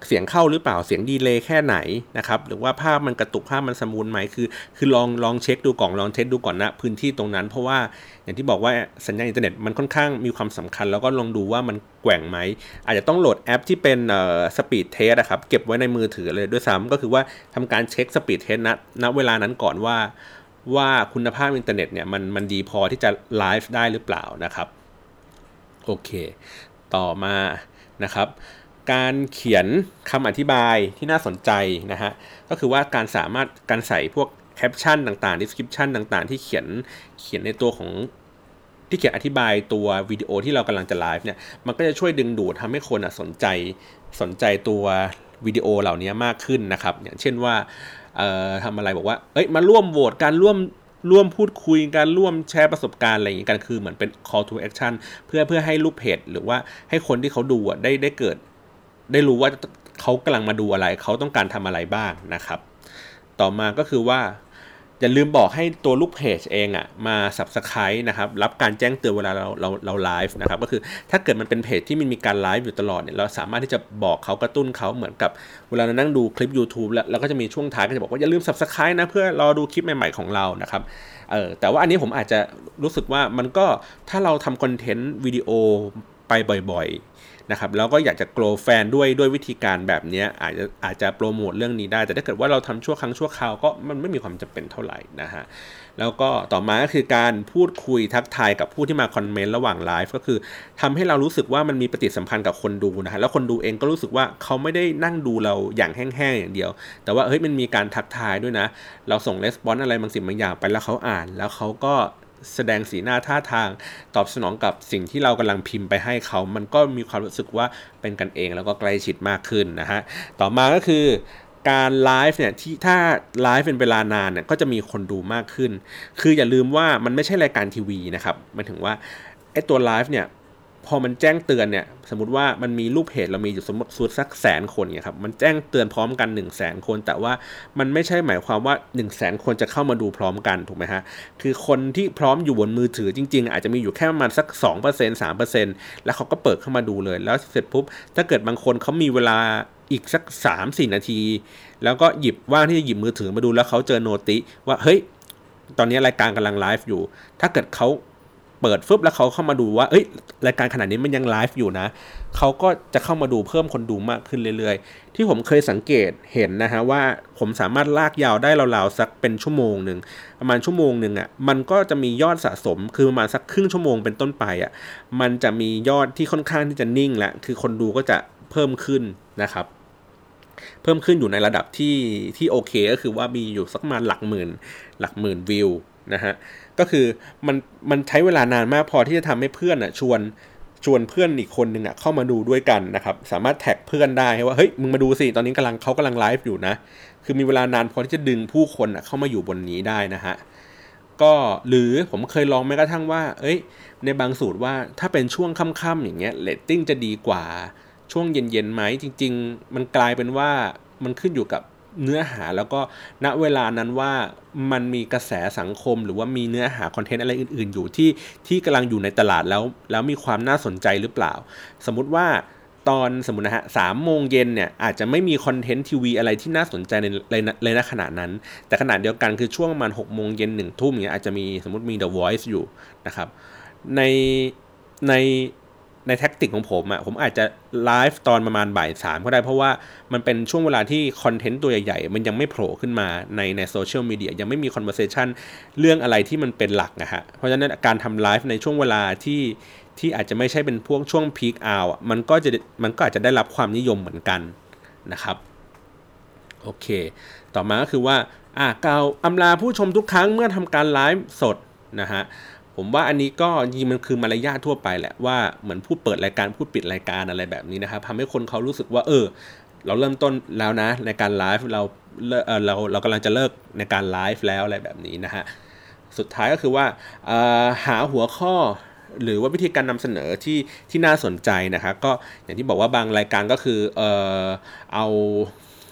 เสียงเข้าหรือเปล่าเสียงดีเลย์แค่ไหนนะครับหรือว่าภาพมันกระตุกภาพมันสมูทไหมคือคือลองลองเช็คดูก่อนลองเทสดูก่อนนะพื้นที่ตรงนั้นเพราะว่าอย่างที่บอกว่าสัญญาณอินเทอร์เน็ตมันค่อนข้างมีความสำคัญแล้วก็ลองดูว่ามันแกว่งไหมอาจจะต้องโหลดแอปที่เป็นเอ่อสปีดเทสนะครับเก็บไว้ในมือถือเลยด้วยซ้ำก็คือว่าทำการเช็คสปีดเทสณณเวลานั้นก่อนว่าว่าคุณภาพอินเทอร์เน็ตเนี่ยมันมันดีพอที่จะไลฟ์ได้หรือเปล่านะครับโอเคต่อมานะครับการเขียนคำอธิบายที่น่าสนใจนะฮะก็คือว่าการสามารถการใส่พวกแคปชั่นต่างๆ description ต่างๆที่เขียนเขียนในตัวของที่เขียนอธิบายตัววิดีโอที่เรากำลังจะไลฟ์เนี่ยมันก็จะช่วยดึงดูดทำให้คนสนใจสนใจตัววิดีโอเหล่านี้มากขึ้นนะครับอย่างเช่นว่าเอ่อทำอะไรบอกว่าเอ้ยมาร่วมโหวตการร่วมร่วมพูดคุยการร่วมแชร์ประสบการณ์อะไรอย่างนี้กันคือเหมือนเป็น call to action เพื่อเพื่อให้ลูกเพจหรือว่าให้คนที่เขาดูอ่ะได้ได้เกิดได้รู้ว่าเขากำลังมาดูอะไรเขาต้องการทำอะไรบ้างนะครับต่อมาก็คือว่าอย่าลืมบอกให้ตัวลูกเพจเองอ่ะมา Subscribe นะครับรับการแจ้งเตือนเวลาเราเราเราไลฟ์นะครับก็คือถ้าเกิดมันเป็นเพจที่มันมีการไลฟ์อยู่ตลอดเนี่ยเราสามารถที่จะบอกเขากระตุ้นเขาเหมือนกับเวลาเรานั่งดูคลิป YouTube แล้วเราก็จะมีช่วงท้ายก็จะบอกว่าอย่าลืม Subscribe นะเพื่อรอดูคลิปใหม่ๆของเรานะครับเออแต่ว่าอันนี้ผมอาจจะรู้สึกว่ามันก็ถ้าเราทำคอนเทนต์วิดีโอไปบ่อยๆนะครับแล้วก็อยากจะโกรว์แฟนด้วยด้วยวิธีการแบบนี้อาจจะอาจจะโปรโมทเรื่องนี้ได้แต่ถ้าเกิดว่าเราทำชั่วครั้งชั่วคราวก็มันไม่มีความจำเป็นเท่าไหร่นะฮะแล้วก็ต่อมาก็คือการพูดคุยทักทายกับผู้ที่มาคอมเมนต์ระหว่างไลฟ์ก็คือทำให้เรารู้สึกว่ามันมีปฏิสัมพันธ์กับคนดูนะฮะแล้วคนดูเองก็รู้สึกว่าเขาไม่ได้นั่งดูเราอย่างแห้งๆอย่างเดียวแต่ว่าเฮ้ยมันมีการทักทายด้วยนะเราส่งレスปอนส์อะไรบางสิ่งบางอย่างไปแล้วเขาอ่านแล้วเขาก็แสดงสีหน้าท่าทางตอบสนองกับสิ่งที่เรากำลังพิมพ์ไปให้เขามันก็มีความรู้สึกว่าเป็นกันเองแล้วก็ใกล้ชิดมากขึ้นนะฮะต่อมาก็คือการไลฟ์เนี่ยที่ถ้าไลฟ์เป็นเวลานานเนี่ยก็จะมีคนดูมากขึ้นคืออย่าลืมว่ามันไม่ใช่รายการทีวีนะครับหมายถึงว่าไอ้ตัวไลฟ์เนี่ยพอมันแจ้งเตือนเนี่ยสมมุติว่ามันมีลูกเพจเรามีอยู่สมมติสักแสนคนเนี่ยครับมันแจ้งเตือนพร้อมกัน หนึ่งแสน คนแต่ว่ามันไม่ใช่หมายความว่า หนึ่งแสน คนจะเข้ามาดูพร้อมกันถูกไหมฮะคือคนที่พร้อมอยู่บนมือถือจริงๆอาจจะมีอยู่แค่ประมาณสัก สองเปอร์เซ็นต์ สามเปอร์เซ็นต์ แล้วเขาก็เปิดเข้ามาดูเลยแล้วเสร็จปุ๊บถ้าเกิดบางคนเขามีเวลาอีกสัก สามถึงสี่ นาทีแล้วก็หยิบว่างที่จะหยิบมือถือมาดูแล้วเขาเจอโนติว่าเฮ้ยตอนนี้รายการกำลังไลฟ์อยู่ถ้าเกิดเขาเปิดฟึบแล้วเขาเข้ามาดูว่าเอ้ยรายการขนาดนี้มันยังไลฟ์อยู่นะเขาก็จะเข้ามาดูเพิ่มคนดูมากขึ้นเรื่อยๆที่ผมเคยสังเกตเห็นนะฮะว่าผมสามารถลากยาวได้ราวๆสักเป็นชั่วโมงนึงประมาณชั่วโมงนึงอ่ะมันก็จะมียอดสะสมคือประมาณสักครึ่งชั่วโมงเป็นต้นไปอ่ะมันจะมียอดที่ค่อนข้างที่จะนิ่งและคือคนดูก็จะเพิ่มขึ้นนะครับเพิ่มขึ้นอยู่ในระดับที่ที่โอเคก็คือว่ามีอยู่สักประมาณหลักหมื่นหลักหมื่นวิวนะฮะก็คือมันมันใช้เวลานานมากพอที่จะทำให้เพื่อนอ่ะชวนชวนเพื่อนอีกคนนึงอ่ะเข้ามาดูด้วยกันนะครับสามารถแท็กเพื่อนได้ว่าเฮ้ยมึงมาดูสิตอนนี้กำลังเขากำลังไลฟ์อยู่นะคือมีเวลานานพอที่จะดึงผู้คนอ่ะเข้ามาอยู่บนนี้ได้นะฮะก็หรือผมเคยลองแม้กระทั่งว่าเอ้ยในบางสูตรว่าถ้าเป็นช่วงค่ำๆอย่างเงี้ยเรตติ้งจะดีกว่าช่วงเย็นๆไหมจริงๆมันกลายเป็นว่ามันขึ้นอยู่กับเนื้อหาแล้วก็ณเวลานั้นว่ามันมีกระแสสังคมหรือว่ามีเนื้อหาคอนเทนต์อะไรอื่นๆอยู่ที่ที่กำลังอยู่ในตลาดแล้วแล้วมีความน่าสนใจหรือเปล่าสมมุติว่าตอนสมมุตินะฮะสามโมงเย็นเนี่ยอาจจะไม่มีคอนเทนต์ทีวีอะไรที่น่าสนใจในในในขณะนั้นแต่ขณะเดียวกันคือช่วงประมาณหกโมงเย็นหนึ่งทุ่มเนี่ยอาจจะมีสมมุติมี The Voice อยู่นะครับในในในแท็กติกของผมอ่ะผมอาจจะไลฟ์ตอนประมาณบ่ายสามก็ได้เพราะว่ามันเป็นช่วงเวลาที่คอนเทนต์ตัวใหญ่ๆมันยังไม่โผล่ขึ้นมาในในโซเชียลมีเดียยังไม่มีคอนเวอร์เซชันเรื่องอะไรที่มันเป็นหลักนะฮะเพราะฉะนั้นการทำไลฟ์ในช่วงเวลาที่ที่อาจจะไม่ใช่เป็นพวกช่วงพีคเอาท์มันก็จะมันก็อาจจะได้รับความนิยมเหมือนกันนะครับโอเคต่อมาก็คือว่าอ่ะกล่าวอำลาผู้ชมทุกครั้งเมื่อทำการไลฟ์สดนะฮะผมว่าอันนี้ก็จริงมันคือมารยาททั่วไปแหละว่าเหมือนพูดเปิดรายการพูดปิดรายการอะไรแบบนี้นะครับทำให้คนเขารู้สึกว่าเออเราเริ่มต้นแล้วนะในการไลฟ์เราเออเราเรากำลังจะเลิกในการไลฟ์แล้วอะไรแบบนี้นะฮะสุดท้ายก็คือว่าหาหัวข้อหรือว่าวิธีการนำเสนอที่ที่น่าสนใจนะครับก็อย่างที่บอกว่าบางรายการก็คือเออเอา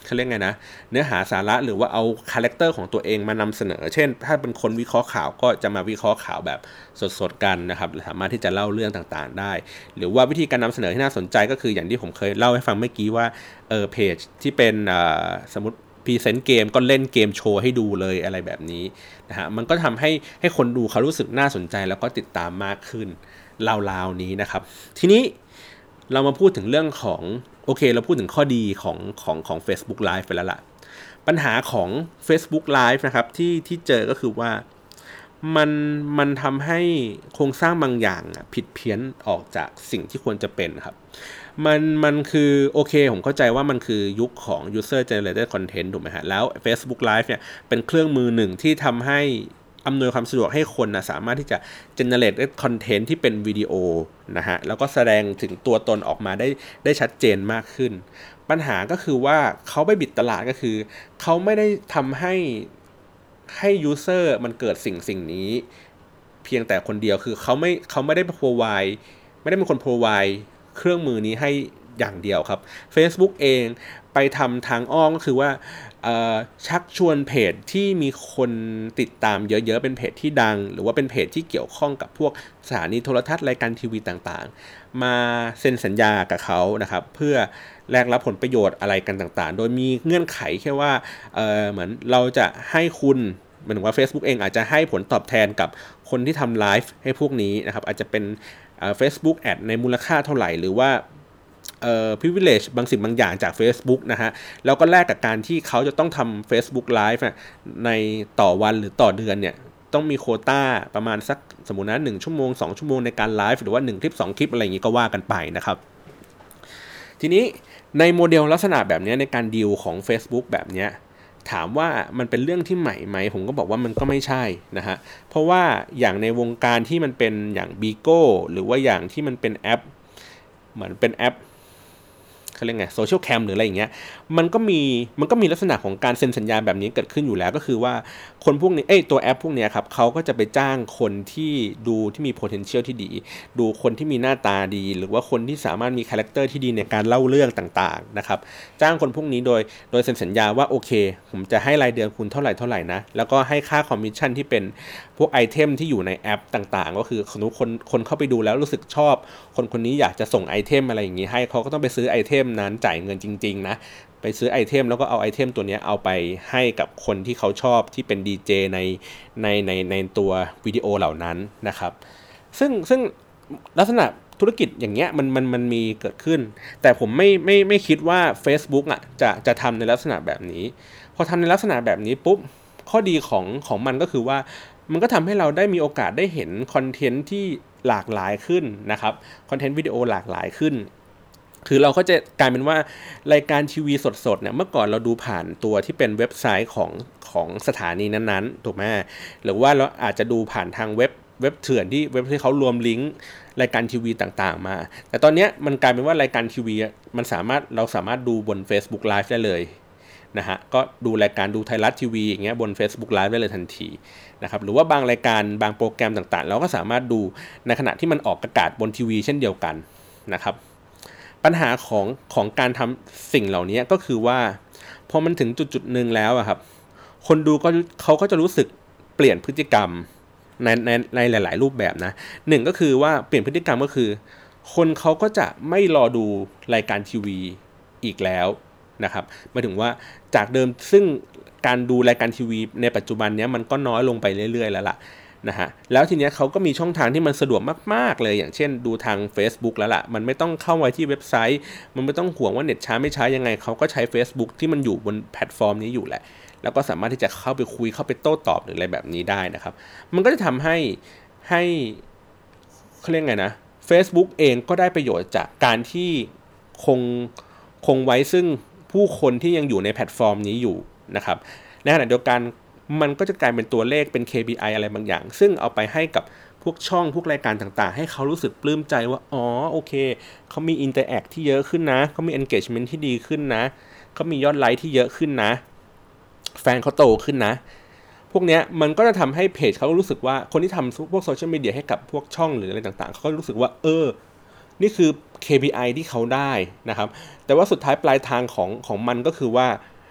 เขาเรียกไงนะเนื้อหาสาระหรือว่าเอาคาแรคเตอร์ของตัวเองมานำเสนอเช่นถ้าเป็นคนวิเคราะห์ข่าวก็จะมาวิเคราะห์ข่าวแบบสดๆกันนะครับสามารถที่จะเล่าเรื่องต่างๆได้หรือว่าวิธีการนำเสนอที่น่าสนใจก็คืออย่างที่ผมเคยเล่าให้ฟังเมื่อกี้ว่าเออเพจที่เป็นสมมติพรีเซนต์เกมก็เล่นเกมโชว์ให้ดูเลยอะไรแบบนี้นะฮะมันก็ทำให้ให้คนดูเขารู้สึกน่าสนใจแล้วก็ติดตามมากขึ้นราวๆนี้นะครับทีนี้เรามาพูดถึงเรื่องของโอเคเราพูดถึงข้อดีของของของ Facebook Live ไปแล้วล่ะปัญหาของ Facebook Live นะครับที่ที่เจอก็คือว่ามันมันทำให้โครงสร้างบางอย่างผิดเพี้ยนออกจากสิ่งที่ควรจะเป็นครับมันมันคือโอเคผมเข้าใจว่ามันคือยุคของ user generated content ถูกไหมฮะแล้ว Facebook Live เนี่ยเป็นเครื่องมือหนึ่งที่ทำให้อำนวยความสะดวกให้คนนะสามารถที่จะ generate content ที่เป็นวิดีโอนะฮะแล้วก็แสดงถึงตัวตนออกมาได้ได้ชัดเจนมากขึ้นปัญหาก็คือว่าเขาไปบิดตลาดก็คือเขาไม่ได้ทำให้ให้ user มันเกิดสิ่งสิ่งนี้เพียงแต่คนเดียวคือเขาไม่เขาไม่ได้ provide ไม่ได้เป็นคน provide เครื่องมือนี้ให้อย่างเดียวครับ Facebook เองไปทำทางอ้อมก็คือว่าชักชวนเพจที่มีคนติดตามเยอะๆเป็นเพจที่ดังหรือว่าเป็นเพจที่เกี่ยวข้องกับพวกสถานีโทรทัศน์รายการทีวีต่างๆมาเซ็นสัญญากับเขานะครับเพื่อแลกรับผลประโยชน์อะไรกันต่างๆโดยมีเงื่อนไขแค่ว่าเอ่อเหมือนเราจะให้คุณหมายถึงว่า Facebook เองอาจจะให้ผลตอบแทนกับคนที่ทำไลฟ์ให้พวกนี้นะครับอาจจะเป็นเอ่อ Facebook Ad ในมูลค่าเท่าไหร่หรือว่าเอ่อ privilege บางสิ่งบางอย่างจาก Facebook นะฮะแล้วก็แลกกับการที่เขาจะต้องทำ Facebook Live ในต่อวันหรือต่อเดือนเนี่ยต้องมีโควต้าประมาณสักสมมุตินะหนึ่งชั่วโมงสองชั่วโมงในการไลฟ์หรือว่าหนึ่งคลิปสองคลิปอะไรอย่างงี้ก็ว่ากันไปนะครับทีนี้ในโมเดลลักษณะแบบนี้ในการดีลของ Facebook แบบนี้ถามว่ามันเป็นเรื่องที่ใหม่ไหมผมก็บอกว่ามันก็ไม่ใช่นะฮะเพราะว่าอย่างในวงการที่มันเป็นอย่าง Bigo หรือว่าอย่างที่มันเป็นแอปเหมือนเป็นแอปเขาเรียกไงโซเชียลแคมหรืออะไรอย่างเงี้ยมันก็มีมันก็มีลักษณะของการเซ็นสัญญาแบบนี้เกิดขึ้นอยู่แล้วก็คือว่าคนพวกนี้เอ้ยตัวแอปพวกนี้ครับเขาก็จะไปจ้างคนที่ดูที่มี potential ที่ดีดูคนที่มีหน้าตาดีหรือว่าคนที่สามารถมีคาแรคเตอร์ที่ดีในการเล่าเรื่องต่างๆนะครับจ้างคนพวกนี้โดยโดยเซ็นสัญญาว่าโอเคผมจะให้รายเดือนคุณเท่าไหร่เท่าไหร่นะแล้วก็ให้ค่าคอมมิชชั่นที่เป็นพวกไอเทมที่อยู่ในแอปต่างๆก็คือสมมุติคนคนเข้าไปดูแล้วรู้สึกชอบคนคนนี้อยากจะส่งไอเทมอะไรอย่างงี้ให้เขาก็ต้องไปซื้อไอเทมนั้นจ่ายเงินจริงๆนะไปซื้อไอเทมแล้วก็เอาไอเทมตัวนี้เอาไปให้กับคนที่เขาชอบที่เป็น ดี เจ ในในในในตัววิดีโอเหล่านั้นนะครับซึ่งซึ่งลักษณะธุรกิจอย่างเงี้ยมันมันมันมีเกิดขึ้นแต่ผมไม่ไม่ไม่คิดว่า Facebook อ่ะจะจะทำในลักษณะแบบนี้พอทำในลักษณะแบบนี้ปุ๊บข้อดีของของมันก็คือว่ามันก็ทำให้เราได้มีโอกาสได้เห็นคอนเทนต์ที่หลากหลายขึ้นนะครับคอนเทนต์วิดีโอหลากหลายขึ้นคือเราก็จะกลายเป็นว่ารายการทีวีสดๆเนี่ยเมื่อก่อนเราดูผ่านตัวที่เป็นเว็บไซต์ของของสถานีนั้นๆถูกไหมหรือว่าเราอาจจะดูผ่านทางเว็บเว็บเถื่อนที่เว็บที่เขารวมลิงก์รายการทีวีต่างๆมาแต่ตอนนี้มันกลายเป็นว่ารายการทีวีมันสามารถเราสามารถดูบน Facebook Live ได้เลยนะฮะก็ดูรายการดูไทยรัฐทีวีอย่างเงี้ยบน Facebook Live ได้เลยทันทีนะครับหรือว่าบางรายการบางโปรแกรมต่างๆเราก็สามารถดูในขณะที่มันออกอากาศบนทีวีเช่นเดียวกันนะครับปัญหาของของการทำสิ่งเหล่านี้ก็คือว่าพอมันถึงจุดๆนึงแล้วอะครับคนดูก็เขาก็จะรู้สึกเปลี่ยนพฤติกรรมในในในหลายๆรูปแบบนะหนึ่งก็คือว่าเปลี่ยนพฤติกรรมก็คือคนเขาก็จะไม่รอดูรายการทีวีอีกแล้วนะครับหมายถึงว่าจากเดิมซึ่งการดูรายการทีวีในปัจจุบันนี้มันก็น้อยลงไปเรื่อยๆแล้วล่ะนะฮะแล้วทีเนี้ยเขาก็มีช่องทางที่มันสะดวกมากๆเลยอย่างเช่นดูทาง Facebook แล้วล่ะมันไม่ต้องเข้าไว้ที่เว็บไซต์มันไม่ต้องห่วงว่าเน็ตช้าไม่ช้ายังไงเขาก็ใช้ Facebook ที่มันอยู่บนแพลตฟอร์มนี้อยู่แหละแล้วก็สามารถที่จะเข้าไปคุยเข้าไปโต้ตอบหรืออะไรแบบนี้ได้นะครับมันก็จะทำให้ให้เขาเรียกไงนะ Facebook เองก็ได้ประโยชน์จากการที่คงคงไว้ซึ่งผู้คนที่ยังอยู่ในแพลตฟอร์มนี้อยู่นะครับในขณะเดียวกันมันก็จะกลายเป็นตัวเลขเป็น เค พี ไอ อะไรบางอย่างซึ่งเอาไปให้กับพวกช่องพวกรายการต่างๆให้เขารู้สึกปลื้มใจว่าอ๋อโอเคเขามี interact ที่เยอะขึ้นนะเขามี engagement ที่ดีขึ้นนะเขามียอดไลค์ที่เยอะขึ้นนะแฟนเขาโตขึ้นนะพวกเนี้ยมันก็จะทำให้เพจเขารู้สึกว่าคนที่ทำพวกโซเชียลมีเดียให้กับพวกช่องหรืออะไรต่างๆเขาก็รู้สึกว่าเออนี่คือ เค พี ไอ ที่เขาได้นะครับแต่ว่าสุดท้ายปลายทางของของมันก็คือว่า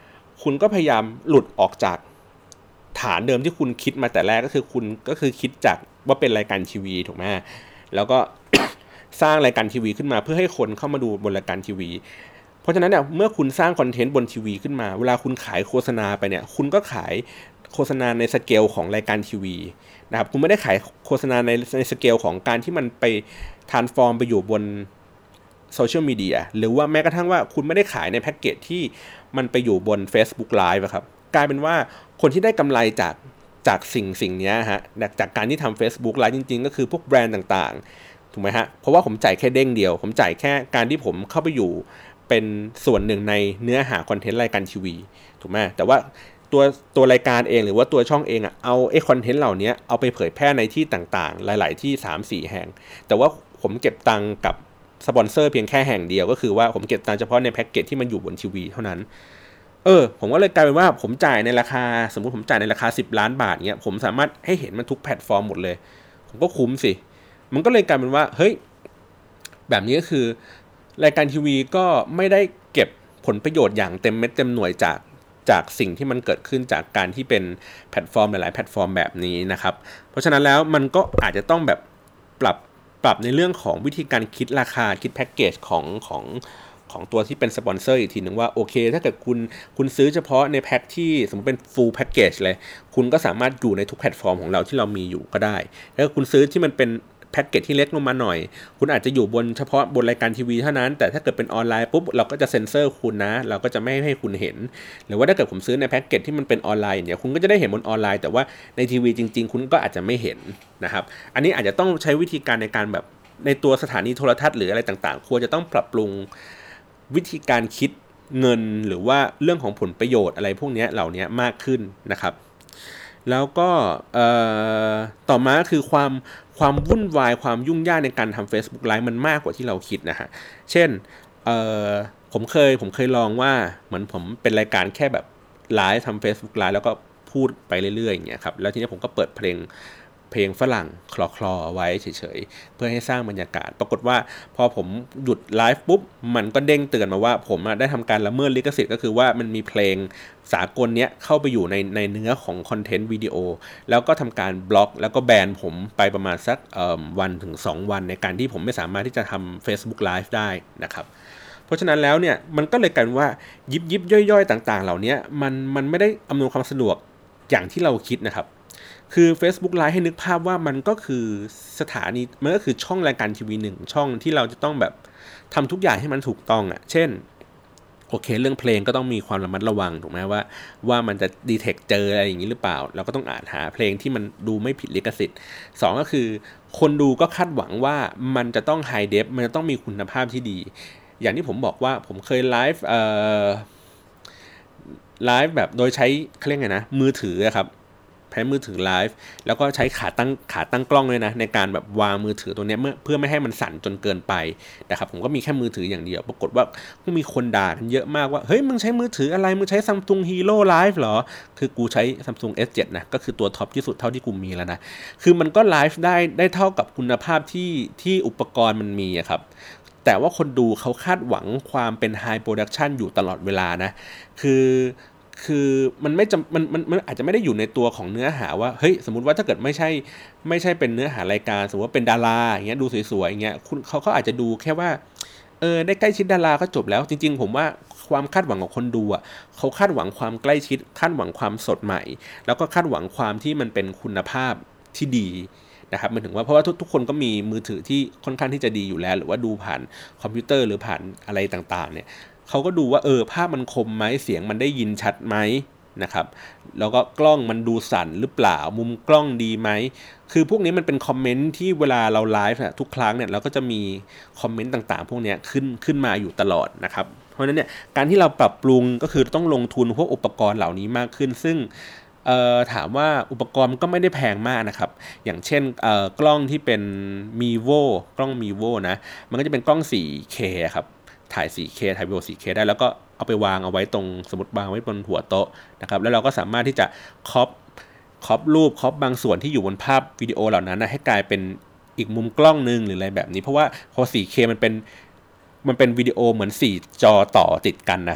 คุณก็พยายามหลุดออกจากฐานเดิมที่คุณคิดมาแต่แรกก็คือคุณก็คือคิดจากว่าเป็นรายการทีวีถูกไหมแล้วก็ สร้างรายการทีวีขึ้นมาเพื่อให้คนเข้ามาดูบนรายการทีวีเพราะฉะนั้นเนี่ยเมื่อคุณสร้างคอนเทนต์บนทีวีขึ้นมาเวลาคุณขายโฆษณาไปเนี่ยคุณก็ขายโฆษณาในสเกลของรายการทีวีนะครับคุณไม่ได้ขายโฆษณาในในสเกลของการที่มันไปทรานส์ฟอร์มไปอยู่บนโซเชียลมีเดียหรือว่าแม้กระทั่งว่าคุณไม่ได้ขายในแพ็กเกจที่มันไปอยู่บน Facebook Live ครับกลายเป็นว่าคนที่ได้กำไรจากจากสิ่งสิ่งนี้ฮะจากการที่ทำ Facebook Live จริงๆก็คือพวกแบรนด์ต่างๆถูกไหมฮะเพราะว่าผมจ่ายแค่เด้งเดียวผมจ่ายแค่การที่ผมเข้าไปอยู่เป็นส่วนหนึ่งในเนื้อหาคอนเทนต์รายการทีวีถูกไหมแต่ว่าตัวตัวรายการเองหรือว่าตัวช่องเองอ่ะเอาไอ้คอนเทนต์เหล่านี้เอาไปเผยแพร่ในที่ต่างๆหลายๆที่ สามสี่ แห่งแต่ว่าผมเก็บตังค์กับสปอนเซอร์เพียงแค่แห่งเดียวก็คือว่าผมเก็บตังค์เฉพาะในแพ็กเกจที่มันอยู่บนทีวีเท่านั้นเออผมก็เลยกลายเป็นว่าผมจ่ายในราคาสมมุติผมจ่ายในราคาสิบล้านบาทเงี้ยผมสามารถให้เห็นมันทุกแพลตฟอร์มหมดเลยผมก็คุ้มสิมันก็เลยกลายเป็นว่าเฮ้ยแบบนี้ก็คือรายการทีวีก็ไม่ได้เก็บผลประโยชน์อย่างเต็มเม็ดเต็มหน่วยจากจากสิ่งที่มันเกิดขึ้นจากการที่เป็นแพลตฟอร์มหลายๆแพลตฟอร์มแบบนี้นะครับเพราะฉะนั้นแล้วมันก็อาจจะต้องแบบปรับปรับในเรื่องของวิธีการคิดราคาคิดแพ็กเกจของของของตัวที่เป็นสปอนเซอร์อีกทีนึงว่าโอเคถ้าเกิดคุณคุณซื้อเฉพาะในแพ็กที่สมมติเป็น full package เลยคุณก็สามารถอยู่ในทุกแพลตฟอร์มของเราที่เรามีอยู่ก็ได้ถ้าคุณซื้อที่มันเป็นแพ็กเกจที่เล็กลงมาหน่อยคุณอาจจะอยู่บนเฉพาะบนรายการทีวีเท่านั้นแต่ถ้าเกิดเป็นออนไลน์ปุ๊บเราก็จะเซ็นเซอร์คุณนะเราก็จะไม่ให้คุณเห็นหรือว่าถ้าเกิดผมซื้อในแพ็กเกจที่มันเป็นออนไลน์เนี่ยคุณก็จะได้เห็นบนออนไลน์แต่ว่าในทีวีจริงๆคุณก็อาจจะไม่เห็นนะครับอันนี้อาจจะต้องใช้วิธีการในการแบบในตัวสถานีโทรทัศน์หรืออะไรต่างๆควรจะต้องปรับปรุงวิธีการคิดเงินหรือว่าเรื่องของผลประโยชน์อะไรพวกนี้เหล่านี้มากขึ้นนะครับแล้วก็ต่อมาคือความความวุ่นวายความยุ่งยากในการทำ Facebook Live มันมากกว่าที่เราคิดนะฮะเช่นผมเคยผมเคยลองว่าเหมือนผมเป็นรายการแค่แบบไลฟ์ทำ Facebook Live แล้วก็พูดไปเรื่อยๆอย่างเงี้ยครับแล้วทีนี้ผมก็เปิดเพลงเพลงฝรั่งคลอๆไว้เฉยๆเพื่อให้สร้างบรรยากาศปรากฏว่าพอผมหยุดไลฟ์ปุ๊บมันก็เด้งเตือนมาว่าผมได้ทำการละเมิดลิขสิทธิ์ก็คือว่ามันมีเพลงสากลเนี้ยเข้าไปอยู่ในในเนื้อของคอนเทนต์วิดีโอแล้วก็ทำการบล็อกแล้วก็แบนผมไปประมาณสักวันถึงสองวันในการที่ผมไม่สามารถที่จะทำ Facebook Live ได้นะครับเพราะฉะนั้นแล้วเนี่ยมันก็เลยกลายเป็นว่ายิบยิบย่อยๆต่างๆเหล่านี้มันมันไม่ได้อำนวยความสะดวกอย่างที่เราคิดนะครับคือ Facebook Live ให้นึกภาพว่ามันก็คือสถานีมันก็คือช่องรายการทีวีหนึ่งช่องที่เราจะต้องแบบทำทุกอย่างให้มันถูกต้องอ่ะเช่นโอเคเรื่องเพลงก็ต้องมีความระมัดระวังถูกไหมว่าว่ามันจะดีเทคเจออะไรอย่างนี้หรือเปล่าเราก็ต้องอ่านหาเพลงที่มันดูไม่ผิดลิขสิทธิ์สองก็คือคนดูก็คาดหวังว่ามันจะต้องไฮเดฟมันจะต้องมีคุณภาพที่ดีอย่างที่ผมบอกว่าผมเคยไลฟ์เอ่อไลฟ์แบบโดยใช้เขาเรียกไงนะมือถือครับใช้มือถือไลฟ์แล้วก็ใช้ขาตั้งขาตั้งกล้องด้วยนะในการแบบวางมือถือตัวนี้เมื่อเพื่อไม่ให้มันสั่นจนเกินไปนะครับผมก็มีแค่มือถืออย่างเดียวปรากฏว่าก็มีคนด่ากันเยอะมากว่าเฮ้ยมึงใช้มือถืออะไรมึงใช้ Samsung Hero Live เหรอคือกูใช้ Samsung เอส เซเว่น นะก็คือตัวท็อปที่สุดเท่าที่กูมีแล้วนะคือมันก็ไลฟ์ได้ได้เท่ากับคุณภาพที่ที่อุปกรณ์มันมีอะครับแต่ว่าคนดูเขาคาดหวังความเป็น High Production อยู่ตลอดเวลานะคือคือมันไม่จำมันมันมันอาจจะไม่ได้อยู่ในตัวของเนื้อหาว่าเฮ้ยสมมุติว่าถ้าเกิดไม่ใช่ไม่ใช่เป็นเนื้อหารายการสมมติว่าเป็นดาราอย่างเงี้ยดูสวยๆอย่างเงี้ยคุณเขาเขาอาจจะดูแค่ว่าเออได้ใกล้ชิดดาราก็จบแล้วจริงๆผมว่าความคาดหวังของคนดูอ่ะเขาคาดหวังความใกล้ชิดคาดหวังความสดใหม่แล้วก็คาดหวังความที่มันเป็นคุณภาพที่ดีนะครับมันถึงว่าเพราะว่าทุกทุกคนก็มีมือถือที่ค่อนข้างที่จะดีอยู่แล้วหรือว่าดูผ่านคอมพิวเตอร์หรือผ่านอะไรต่างๆเนี่ยเขาก็ดูว่าเออภาพมันคมไหมเสียงมันได้ยินชัดไหมนะครับแล้วก็กล้องมันดูสั่นหรือเปล่ามุมกล้องดีไหมคือพวกนี้มันเป็นคอมเมนต์ที่เวลาเราไลฟ์ทุกครั้งเนี่ยเราก็จะมีคอมเมนต์ต่างๆพวกนี้ขึ้นขึ้นมาอยู่ตลอดนะครับเพราะฉะนั้นเนี่ยการที่เราปรับปรุงก็คือต้องลงทุนพวกอุปกรณ์เหล่านี้มากขึ้นซึ่งเอ่อถามว่าอุปกรณ์มันก็ไม่ได้แพงมากนะครับอย่างเช่นเอ่อกล้องที่เป็น Mevo กล้อง Mevo นะมันก็จะเป็นกล้อง โฟร์เค ครับถ่าย โฟร์เค ถ่ายวิดีโอ โฟร์เค ได้แล้วก็เอาไปวางเอาไว้ตรงสมมติวางไว้บนหัวโต๊ะนะครับแล้วเราก็สามารถที่จะครอปครอปรูปครอปบางส่วนที่อยู่บนภาพวิดีโอเหล่านั้นนะให้กลายเป็นอีกมุมกล้องนึงหรืออะไรแบบนี้เพราะว่าพอ โฟร์เค มันเป็นมันเป็นวิดีโอเหมือนสี่จอต่อติดกันนะครับ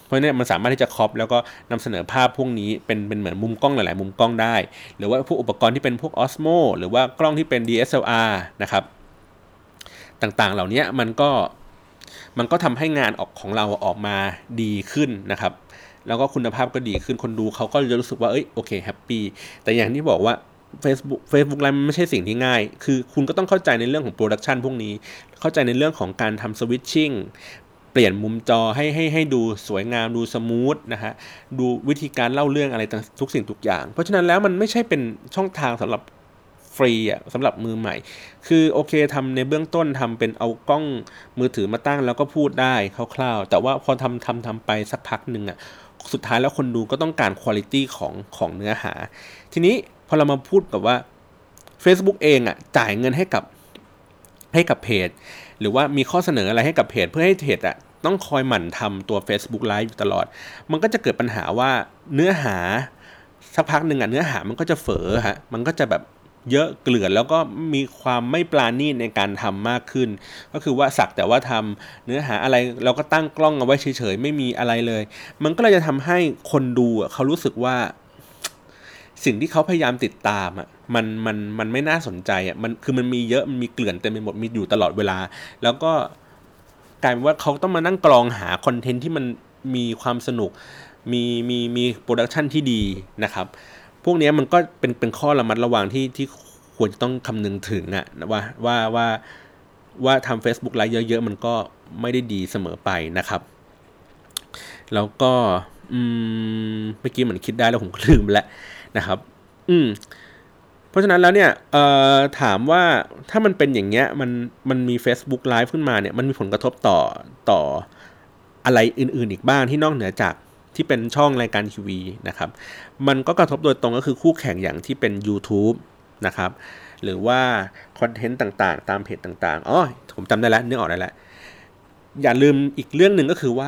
เพราะเนี่ยมันสามารถที่จะครอปแล้วก็นำเสนอภาพพวกนี้เป็นเป็นเหมือนมุมกล้องหลายๆมุมกล้องได้หรือว่าพวกอุปกรณ์ที่เป็นพวก Osmo หรือว่ากล้องที่เป็น ดี เอส แอล อาร์ นะครับต่างๆเหล่านี้มันก็มันก็ทำให้งานออกของเราออกมาดีขึ้นนะครับแล้วก็คุณภาพก็ดีขึ้นคนดูเขาก็จะรู้สึกว่าเอ้ยโอเคแฮปปี้แต่อย่างที่บอกว่า Facebook Facebook Live มันไม่ใช่สิ่งที่ง่ายคือคุณก็ต้องเข้าใจในเรื่องของโปรดักชันพวกนี้เข้าใจในเรื่องของการทำสวิตชิ่งเปลี่ยนมุมจอให้ให้ให้ดูสวยงามดูสมูทนะฮะดูวิธีการเล่าเรื่องอะไรทุกสิ่งทุกอย่างเพราะฉะนั้นแล้วมันไม่ใช่เป็นช่องทางสำหรับฟรีอ่ะสำหรับมือใหม่คือโอเคทำในเบื้องต้นทำเป็นเอากล้องมือถือมาตั้งแล้วก็พูดได้คร่าวๆแต่ว่าพอทำทำทำไปสักพักหนึ่งอ่ะสุดท้ายแล้วคนดูก็ต้องการคุณภาพของของเนื้อหาทีนี้พอเรามาพูดกับว่า Facebook เองอ่ะจ่ายเงินให้กับให้กับเพจหรือว่ามีข้อเสนออะไรให้กับเพจเพื่อให้เพจอ่ะต้องคอยหมั่นทำตัว Facebook Live อยู่ตลอดมันก็จะเกิดปัญหาว่าเนื้อหาสักพักหนึ่งอ่ะเนื้อหามันก็จะเฝอฮะมันก็จะแบบเยอะเกลื่อนแล้วก็มีความไม่ปราณีตในการทำมากขึ้นก็คือว่าสักแต่ว่าทำเนื้อหาอะไรเราก็ตั้งกล้องเอาไว้เฉยๆไม่มีอะไรเลยมันก็เลยจะทำให้คนดูเขารู้สึกว่าสิ่งที่เขาพยายามติดตามอ่ะมันมันมันไม่น่าสนใจอ่ะมันคือมันมีเยอะมันมีเกลื่อนเต็มไปหมดมีอยู่ตลอดเวลาแล้วก็กลายเป็นว่าเขาต้องมานั่งกรองหาคอนเทนต์ที่มันมีความสนุกมีมีมีโปรดักชันที่ดีนะครับพวกนี้มันก็เป็นเป็นข้อระมัดระวังที่ที่ควรจะต้องคำนึงถึงอะว่าว่าว่าว่าทำ Facebook Live เยอะๆมันก็ไม่ได้ดีเสมอไปนะครับแล้วก็อืมเมื่อกี้เหมือนคิดได้แล้วผมก็ลืมไปแล้วนะครับอืมเพราะฉะนั้นแล้วเนี่ยเอ่อถามว่าถ้ามันเป็นอย่างเงี้ยมันมันมี Facebook Live ขึ้นมาเนี่ยมันมีผลกระทบต่อต่ออะไรอื่นๆอีกบ้างที่นอกเหนือจากที่เป็นช่องรายการทีวีนะครับมันก็กระทบโดยตรงก็คือคู่แข่งอย่างที่เป็น YouTube นะครับหรือว่าคอนเทนต์ต่างๆตามเพจต่างๆอ๋อผมจำได้แล้วนึกออกได้แล้วอย่าลืมอีกเรื่องหนึ่งก็คือว่า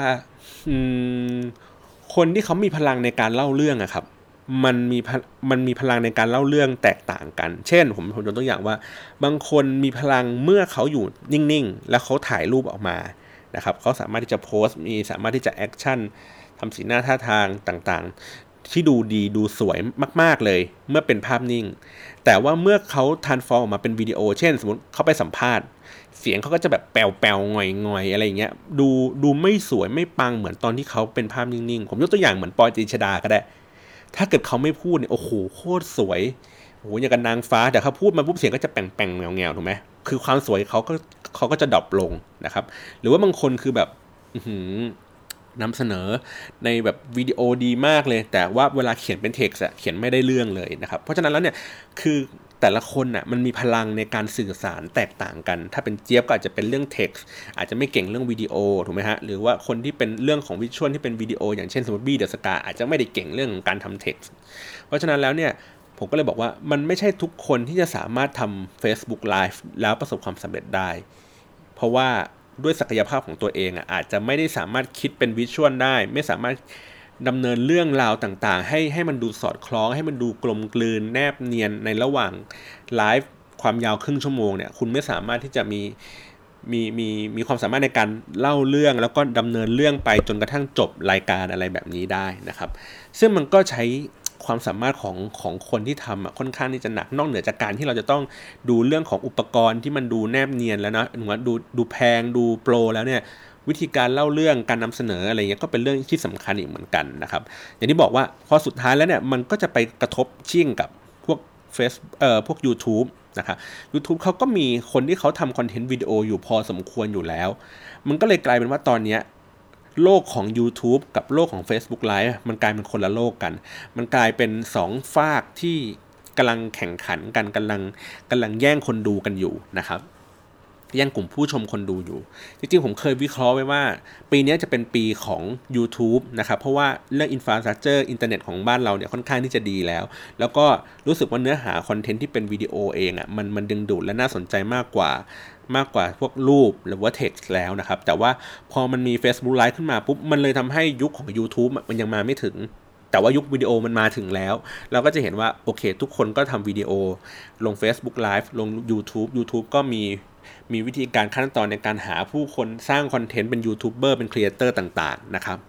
คนที่เขามีพลังในการเล่าเรื่องอะครับมันมีมันมีพลังในการเล่าเรื่องแตกต่างกันเช่นผมผมยกตัวอย่างว่าบางคนมีพลังเมื่อเขาอยู่นิ่งๆแล้วเขาถ่ายรูปออกมานะครับเขาสามารถที่จะโพสต์มีสามารถที่จะแอคชั่นทำสีหน้าท่าทางต่างๆที่ดูดีดูสวยมากๆเลยเมื่อเป็นภาพนิ่งแต่ว่าเมื่อเขาทรานส์ฟอร์มออกมาเป็นวิดีโอเช่นสมมติเขาไปสัมภาษณ์เสียงเขาก็จะแบบแปลวๆงอยๆอะไรอย่างเงี้ยดูดูไม่สวยไม่ปังเหมือนตอนที่เขาเป็นภาพนิ่งๆผมยกตัวอย่างเหมือนปอยตรีชฎาก็ได้ถ้าเกิดเขาไม่พูดเนี่ยโอ้โหโคตรสวยโอ้โหอย่างกับนางฟ้าแต่เขาพูดมาปุ๊บเสียงก็จะแป่งๆแงวๆถูกไหมคือความสวยเขาก็เขาก็จะดรอปลงนะครับหรือว่าบางคนคือแบบนำเสนอในแบบวิดีโอดีมากเลยแต่ว่าเวลาเขียนเป็นเท็กซ์อะเขียนไม่ได้เรื่องเลยนะครับเพราะฉะนั้นแล้วเนี่ยคือแต่ละคนน่ะมันมีพลังในการสื่อสารแตกต่างกันถ้าเป็นเจี๊ยบก็อาจจะเป็นเรื่องเท็กซ์อาจจะไม่เก่งเรื่องวิดีโอถูกไหมฮะหรือว่าคนที่เป็นเรื่องของวิชวลที่เป็นวิดีโออย่างเช่นสมมติบี้เดอะสกาอาจจะไม่ได้เก่งเรื่องของการทำเท็กซ์เพราะฉะนั้นแล้วเนี่ยผมก็เลยบอกว่ามันไม่ใช่ทุกคนที่จะสามารถทำ Facebook Live แล้วประสบความสำเร็จได้เพราะว่าด้วยศักยภาพของตัวเองอ่ะอาจจะไม่ได้สามารถคิดเป็นวิชวลได้ไม่สามารถดำเนินเรื่องราวต่างๆให้ให้มันดูสอดคล้องให้มันดูกลมกลืนแนบเนียนในระหว่างไลฟ์ความยาวครึ่งชั่วโมงเนี่ยคุณไม่สามารถที่จะมีมีมีมีความสามารถในการเล่าเรื่องแล้วก็ดำเนินเรื่องไปจนกระทั่งจบรายการอะไรแบบนี้ได้นะครับซึ่งมันก็ใช้ความสามารถของของคนที่ทำอ่ะค่อนข้างที่จะหนักนอกเหนือจากการที่เราจะต้องดูเรื่องของอุปกรณ์ที่มันดูแนบเนียนแล้วนะหรือว่าดูดูแพงดูโปรแล้วเนี่ยวิธีการเล่าเรื่องการนำเสนออะไรเงี้ยก็เป็นเรื่องที่สำคัญอีกเหมือนกันนะครับอย่างที่บอกว่าพอสุดท้ายแล้วเนี่ยมันก็จะไปกระทบชิ่งกับพวกเฟซเอ่อพวก YouTube นะครับ YouTube เขาก็มีคนที่เขาทำคอนเทนต์วิดีโออยู่พอสมควรอยู่แล้วมันก็เลยกลายเป็นว่าตอนนี้โลกของ YouTube กับโลกของ Facebook Live มันกลายเป็นคนละโลกกันมันกลายเป็นสองฝากที่กำลังแข่งขันกันกำลังกำลังแย่งคนดูกันอยู่นะครับแย่งกลุ่มผู้ชมคนดูอยู่จริงๆผมเคยวิเคราะห์ไว้ว่าปีนี้จะเป็นปีของ YouTube นะครับเพราะว่าเรื่อง Infrastructure อินเทอร์เน็ตของบ้านเราเนี่ยค่อนข้างที่จะดีแล้วแล้วก็รู้สึกว่าเนื้อหาคอนเทนต์ที่เป็นวิดีโอเองอ่ะมันมันดึงดูดและน่าสนใจมากกว่ามากกว่าพวกรูปหรือว่า text แล้วนะครับแต่ว่าพอมันมี Facebook Live ขึ้นมาปุ๊บมันเลยทำให้ยุคของ YouTube มันยังมาไม่ถึงแต่ว่ายุควิดีโอมันมาถึงแล้วเราก็จะเห็นว่าโอเคทุกคนก็ทำวิดีโอลง Facebook Live ลง YouTube YouTube ก็มีมีวิธีการขั้นตอนในการหาผู้คนสร้างคอนเทนต์เป็นยูทูบเบอร์เป็นครีเอเตอร์ต่างๆนะครับ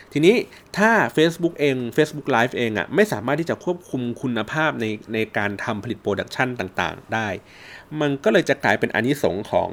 ทีนี้ถ้า Facebook เอง Facebook Live เองอ่ะไม่สามารถที่จะควบคุมคุณภาพในในการทำผลิตโปรดักชันต่างๆได้มันก็เลยจะกลายเป็นอานิสงส์ของ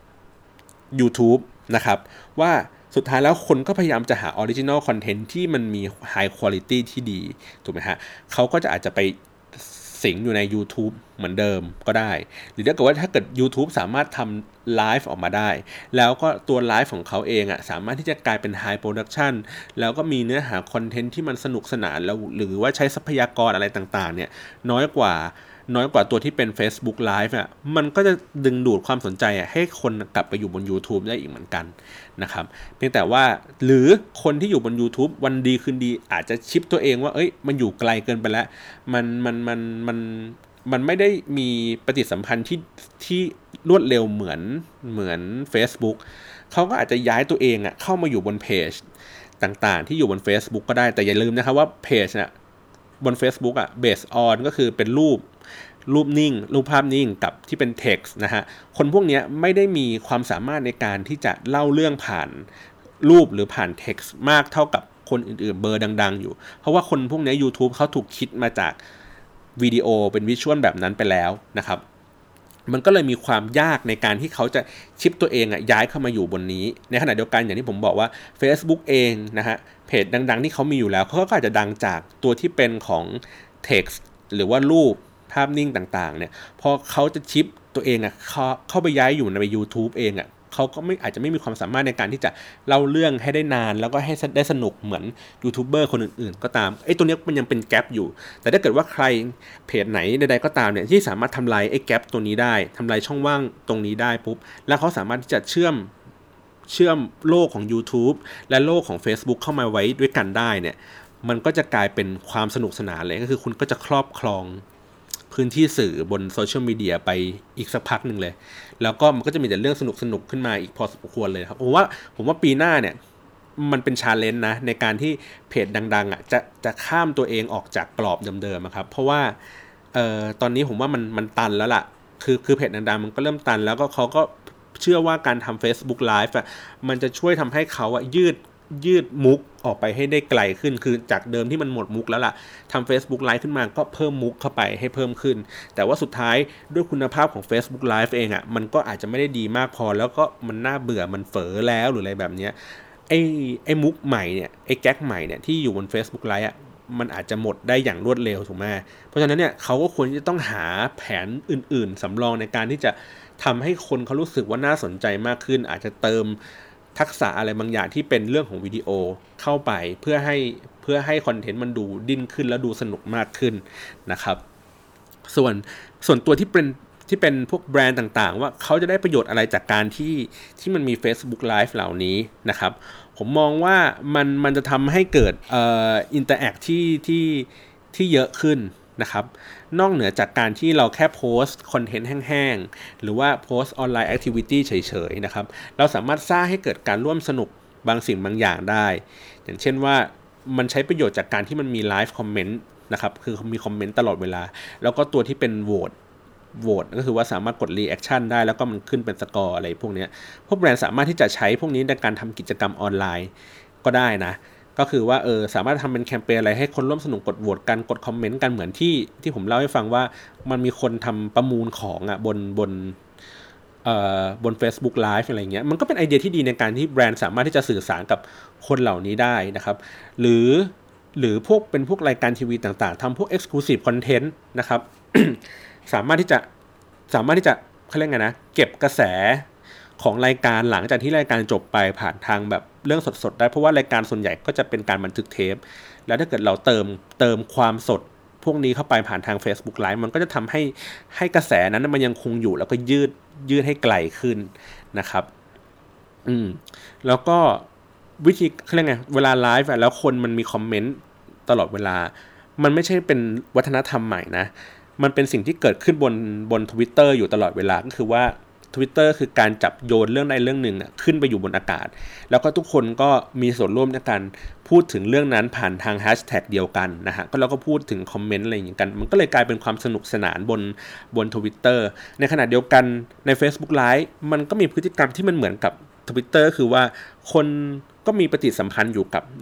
YouTube นะครับว่าสุดท้ายแล้วคนก็พยายามจะหา Original Content ที่มันมี High Quality ที่ดีถูกไหมฮะเขาก็จะอาจจะไปสิงอยู่ใน YouTube เหมือนเดิมก็ได้หรือถ้าเกิดว่าถ้าเกิด YouTube สามารถทำไลฟ์ออกมาได้แล้วก็ตัวไลฟ์ของเขาเองอ่ะสามารถที่จะกลายเป็น High Production แล้วก็มีเนื้อหาคอนเทนต์ที่มันสนุกสนานแล้วหรือว่าใช้ทรัพยากรอะไรต่างๆเนี่ยน้อยกว่าน้อยกว่าตัวที่เป็น Facebook Live อ่ะมันก็จะดึงดูดความสนใจอ่ะให้คนกลับไปอยู่บน YouTube ได้อีกเหมือนกันนะครับเพียงแต่ว่าหรือคนที่อยู่บน YouTube วันดีคืนดีอาจจะชิปตัวเองว่าเอ้ยมันอยู่ไกลเกินไปแล้วมันมันมันมันมันไม่ได้มีปฏิสัมพันธ์ที่ที่รวดเร็วเหมือนเหมือน Facebook เขาก็อาจจะย้ายตัวเองอ่ะเข้ามาอยู่บนเพจต่างๆที่อยู่บน Facebook ก็ได้แต่อย่าลืมนะครับว่าเพจน่ะบน Facebook อ่ะ based on ก็คือเป็นรูปรูปนิ่งรูปภาพนิ่งกับที่เป็น text นะฮะคนพวกนี้ไม่ได้มีความสามารถในการที่จะเล่าเรื่องผ่านรูปหรือผ่าน text มากเท่ากับคนอื่นๆเบอร์ดังๆอยู่เพราะว่าคนพวกนี้ YouTube เขาถูกคิดมาจากวิดีโอเป็นวิชวลแบบนั้นไปแล้วนะครับมันก็เลยมีความยากในการที่เขาจะชิปตัวเองอ่ะย้ายเข้ามาอยู่บนนี้ในขณะเดียวกันอย่างที่ผมบอกว่า Facebook เองนะฮะเพจดังๆที่เขามีอยู่แล้วเขาก็อาจจะดังจากตัวที่เป็นของ text หรือว่ารูปภาพนิ่งต่างๆเนี่ยพอเขาจะชิปตัวเองอ่ะเข้าเข้าไปย้ายอยู่ใน YouTube เองอ่ะเขาก็ไม่อาจจะไม่มีความสามารถในการที่จะเล่าเรื่องให้ได้นานแล้วก็ให้ได้สนุกเหมือนยูทูบเบอร์คนอื่นๆก็ตามไอ้ตัวนี้มันยังเป็นแกปอยู่แต่ถ้าเกิดว่าใครเพจไหนใดๆก็ตามเนี่ยที่สามารถทำลายไอ้แกปตัวนี้ได้ทำลายช่องว่างตรงนี้ได้ปุ๊บแล้วเขาสามารถที่จะเชื่อมเชื่อมโลกของ YouTube และโลกของ Facebook เข้ามาไว้ด้วยกันได้เนี่ยมันก็จะกลายเป็นความสนุกสนานเลยก็คือคุณก็จะครอบครองพื้นที่สื่อบนโซเชียลมีเดียไปอีกสักพักหนึ่งเลยแล้วก็มันก็จะมีแต่เรื่องสนุกสนุกขึ้นมาอีกพอสมควรเลยครับผมว่าผมว่าปีหน้าเนี่ยมันเป็นชาเลนจ์นะในการที่เพจดังๆอ่ะจะจะข้ามตัวเองออกจากกรอบเดิมๆครับเพราะว่าเอ่อตอนนี้ผมว่ามันมันตันแล้วล่ะคือคือเพจดังๆมันก็เริ่มตันแล้วก็เขาก็เชื่อว่าการทำ Facebook Live อ่ะมันจะช่วยทำให้เขาอ่ะยืดยืดมุกออกไปให้ได้ไกลขึ้นคือจากเดิมที่มันหมดมุกแล้วล่ะทำ Facebook Live ขึ้นมาก็เพิ่มมุกเข้าไปให้เพิ่มขึ้นแต่ว่าสุดท้ายด้วยคุณภาพของ Facebook Live เองอ่ะมันก็อาจจะไม่ได้ดีมากพอแล้วก็มันน่าเบื่อมันเฝอแล้วหรืออะไรแบบเนี้ยไอ้ไอ้มุกใหม่เนี่ยไอ้แก๊กใหม่เนี่ยที่อยู่บน Facebook Live อ่ะมันอาจจะหมดได้อย่างรวดเร็วถูกไหมเพราะฉะนั้นเนี่ยเขาก็ควรจะต้องหาแผนอื่นๆสำรองในการที่จะทำให้คนเขารู้สึกว่าน่าสนใจมากขึ้นอาจจะเติมทักษะอะไรบางอย่างที่เป็นเรื่องของวิดีโอเข้าไปเพื่อให้เพื่อให้คอนเทนต์มันดูดิ้นขึ้นแล้วดูสนุกมากขึ้นนะครับส่วนส่วนตัวที่เป็นที่เป็นพวกแบรนด์ต่างๆว่าเขาจะได้ประโยชน์อะไรจากการที่ที่มันมี Facebook Live เหล่านี้นะครับผมมองว่ามันมันจะทำให้เกิดเอ่ออินเตอร์แอคที่ที่ที่เยอะขึ้นนะครับนอกเหนือจากการที่เราแค่โพสต์คอนเทนต์แห้งๆหรือว่าโพสต์ออนไลน์แอคทิวิตี้เฉยๆนะครับเราสามารถสร้างให้เกิดการร่วมสนุกบางสิ่งบางอย่างได้อย่างเช่นว่ามันใช้ประโยชน์จากการที่มันมีไลฟ์คอมเมนต์นะครับคือมีคอมเมนต์ตลอดเวลาแล้วก็ตัวที่เป็นโหวตโหวตก็คือว่าสามารถกดรีแอคชั่นได้แล้วก็มันขึ้นเป็นสกอร์อะไรพวกนี้พวกแบรนด์สามารถที่จะใช้พวกนี้ในการทำกิจกรรมออนไลน์ก็ได้นะก็คือว่าเออสามารถทำเป็นแคมเปญอะไรให้คนร่วมสนุกกดโหวตกันกดคอมเมนต์กันเหมือนที่ที่ผมเล่าให้ฟังว่ามันมีคนทำประมูลของอ่ะบนบนเอ่อบน Facebook Live อะไรเงี้ยมันก็เป็นไอเดียที่ดีในการที่แบรนด์สามารถที่จะสื่อสารกับคนเหล่านี้ได้นะครับหรือหรือพวกเป็นพวกรายการทีวีต่างๆทำพวก Exclusive Content นะครับ สามารถที่จะสามารถที่จะเขาเรียกไงนะเก็บกระแสของรายการหลังจากที่รายการจบไปผ่านทางแบบเรื่องสดๆได้เพราะว่ารายการส่วนใหญ่ก็จะเป็นการบันทึกเทปแล้วถ้าเกิดเราเติมเติมความสดพวกนี้เข้าไปผ่านทาง Facebook Live มันก็จะทำให้ให้กระแสนั้นมันยังคงอยู่แล้วก็ยืดยืดให้ไกลขึ้นนะครับอืมแล้วก็วิธีเขาเรียกไงเวลาไลฟ์แล้วคนมันมีคอมเมนต์ตลอดเวลามันไม่ใช่เป็นวัฒนธรรมใหม่นะมันเป็นสิ่งที่เกิดขึ้นบนบน Twitter อยู่ตลอดเวลาก็คือว่า Twitter คือการจับโยนเรื่องใดเรื่องหนึ่งขึ้นไปอยู่บนอากาศแล้วก็ทุกคนก็มีส่วนร่วมในการพูดถึงเรื่องนั้นผ่านทางแฮชแท็กเดียวกันนะฮะก็เราก็พูดถึงคอมเมนต์อะไรอย่างกันมันก็เลยกลายเป็นความสนุกสนานบนบน Twitter ในขณะเดียวกันใน Facebook Live มันก็มีพฤติกรรมที่มันเหมือนกับ Twitter คือว่าคนก็มีปฏิสัมพันธ์อยู่กับ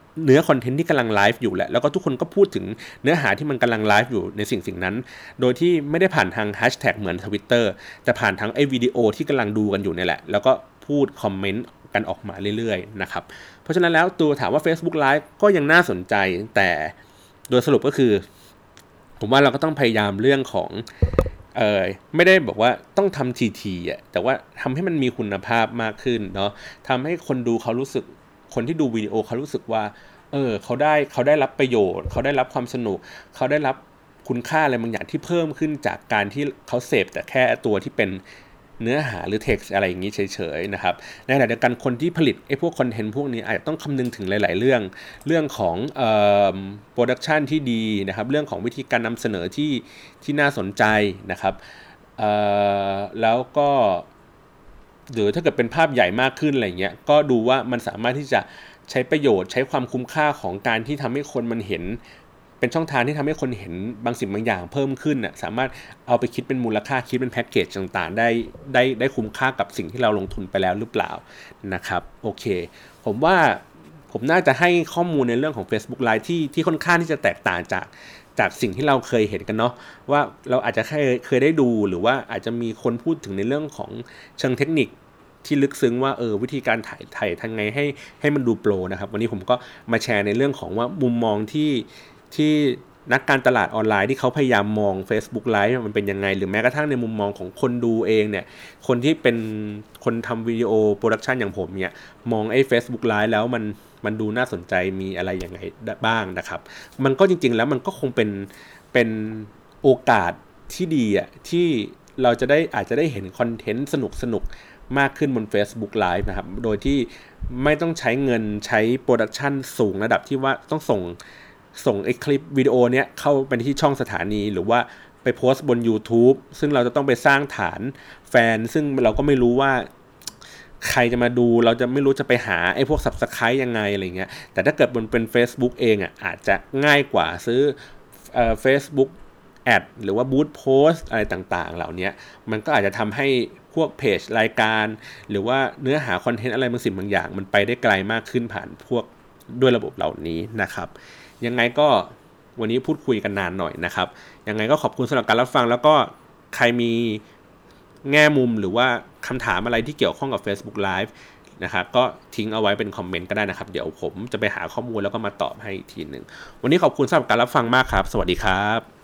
เนื้อคอนเทนต์ที่กำลังไลฟ์อยู่แหละแล้วก็ทุกคนก็พูดถึงเนื้อหาที่มันกำลังไลฟ์อยู่ในสิ่งสิ่งนั้นโดยที่ไม่ได้ผ่านทางแฮชแท็กเหมือน Twitter แต่ผ่านทางไอ้วิดีโอที่กำลังดูกันอยู่นี่แหละแล้วก็พูดคอมเมนต์กันออกมาเรื่อยๆนะครับเพราะฉะนั้นแล้วตัวถามว่า Facebook Live ก็ยังน่าสนใจแต่โดยสรุปก็คือผมว่าเราก็ต้องพยายามเรื่องของเออไม่ได้บอกว่าต้องทำทีๆอ่ะแต่ว่าทำให้มันมีคุณภาพมากขึ้นเนาะทำให้คนดูเขารู้สึกคนที่ดูวิดีโอเขารู้สึกว่าเออเขาได้เขาได้รับประโยชน์เขาได้รับความสนุกเขาได้รับคุณค่าอะไรบางอย่างที่เพิ่มขึ้นจากการที่เขาเสพแต่แค่ตัวที่เป็นเนื้อหาหรือ text อะไรอย่างนี้เฉยๆนะครับในขณะเดียวกันคนที่ผลิตไอ้พวกคอนเทนต์พวกนี้อาจจะต้องคำนึงถึงหลายๆเรื่องเรื่องของเอ่อโปรดักชันที่ดีนะครับเรื่องของวิธีการนำเสนอที่ที่น่าสนใจนะครับเอ่อแล้วก็หรือถ้าเกิดเป็นภาพใหญ่มากขึ้นอะไรเงี้ยก็ดูว่ามันสามารถที่จะใช้ประโยชน์ใช้ความคุ้มค่าของการที่ทำให้คนมันเห็นเป็นช่องทางที่ทำให้คนเห็นบางสิ่งบางอย่างเพิ่มขึ้นน่ะสามารถเอาไปคิดเป็นมูลค่าคิดเป็นแพ็กเกจต่างๆได้ได้ได้คุ้มค่ากับสิ่งที่เราลงทุนไปแล้วหรือเปล่านะครับโอเคผมว่าผมน่าจะให้ข้อมูลในเรื่องของ Facebook Live ที่ที่ค่อนข้างที่จะแตกต่างจากจากสิ่งที่เราเคยเห็นกันเนาะว่าเราอาจจะเคยเคยได้ดูหรือว่าอาจจะมีคนพูดถึงในเรื่องของเชิงเทคนิคที่ลึกซึ้งว่าเออวิธีการถ่ายถ่ายทำไงให้ให้มันดูโปรนะครับวันนี้ผมก็มาแชร์ในเรื่องของว่ามุมมองที่ที่นักการตลาดออนไลน์ที่เขาพยายามมอง Facebook Live มันเป็นยังไงหรือแม้กระทั่งในมุมมองของคนดูเองเนี่ยคนที่เป็นคนทำวิดีโอโปรดักชันอย่างผมเนี่ยมองไอ้ Facebook Live แล้วมันมันดูน่าสนใจมีอะไรอย่างไรบ้างนะครับมันก็จริงๆแล้วมันก็คงเป็นเป็นโอกาสที่ดีอ่ะที่เราจะได้อาจจะได้เห็นคอนเทนต์สนุกๆมากขึ้นบน Facebook Live นะครับโดยที่ไม่ต้องใช้เงินใช้โปรดักชันสูงระดับที่ว่าต้องส่งส่งไอ้คลิปวิดีโอเนี้ยเข้าไปที่ช่องสถานีหรือว่าไปโพสต์บน YouTube ซึ่งเราจะต้องไปสร้างฐานแฟนซึ่งเราก็ไม่รู้ว่าใครจะมาดูเราจะไม่รู้จะไปหาไอ้พวก Subscribe ยังไงอะไรเงี้ยแต่ถ้าเกิดบนเป็น Facebook เองอ่ะอาจจะง่ายกว่าซื้อเอ่อ Facebook แอดหรือว่าบูธโพสต์อะไรต่างๆเหล่านี้มันก็อาจจะทำให้พวกเพจรายการหรือว่าเนื้อหาคอนเทนต์อะไรบางสิ่งบางอย่างมันไปได้ไกลมากขึ้นผ่านพวกด้วยระบบเหล่านี้นะครับยังไงก็วันนี้พูดคุยกันนานหน่อยนะครับยังไงก็ขอบคุณสำหรับการรับฟังแล้วก็ใครมีแง่มุมหรือว่าคำถามอะไรที่เกี่ยวข้องกับ Facebook Live นะครับก็ทิ้งเอาไว้เป็นคอมเมนต์ก็ได้นะครับเดี๋ยวผมจะไปหาข้อมูลแล้วก็มาตอบให้อีกทีนึงวันนี้ขอบคุณสำหรับการรับฟังมากครับสวัสดีครับ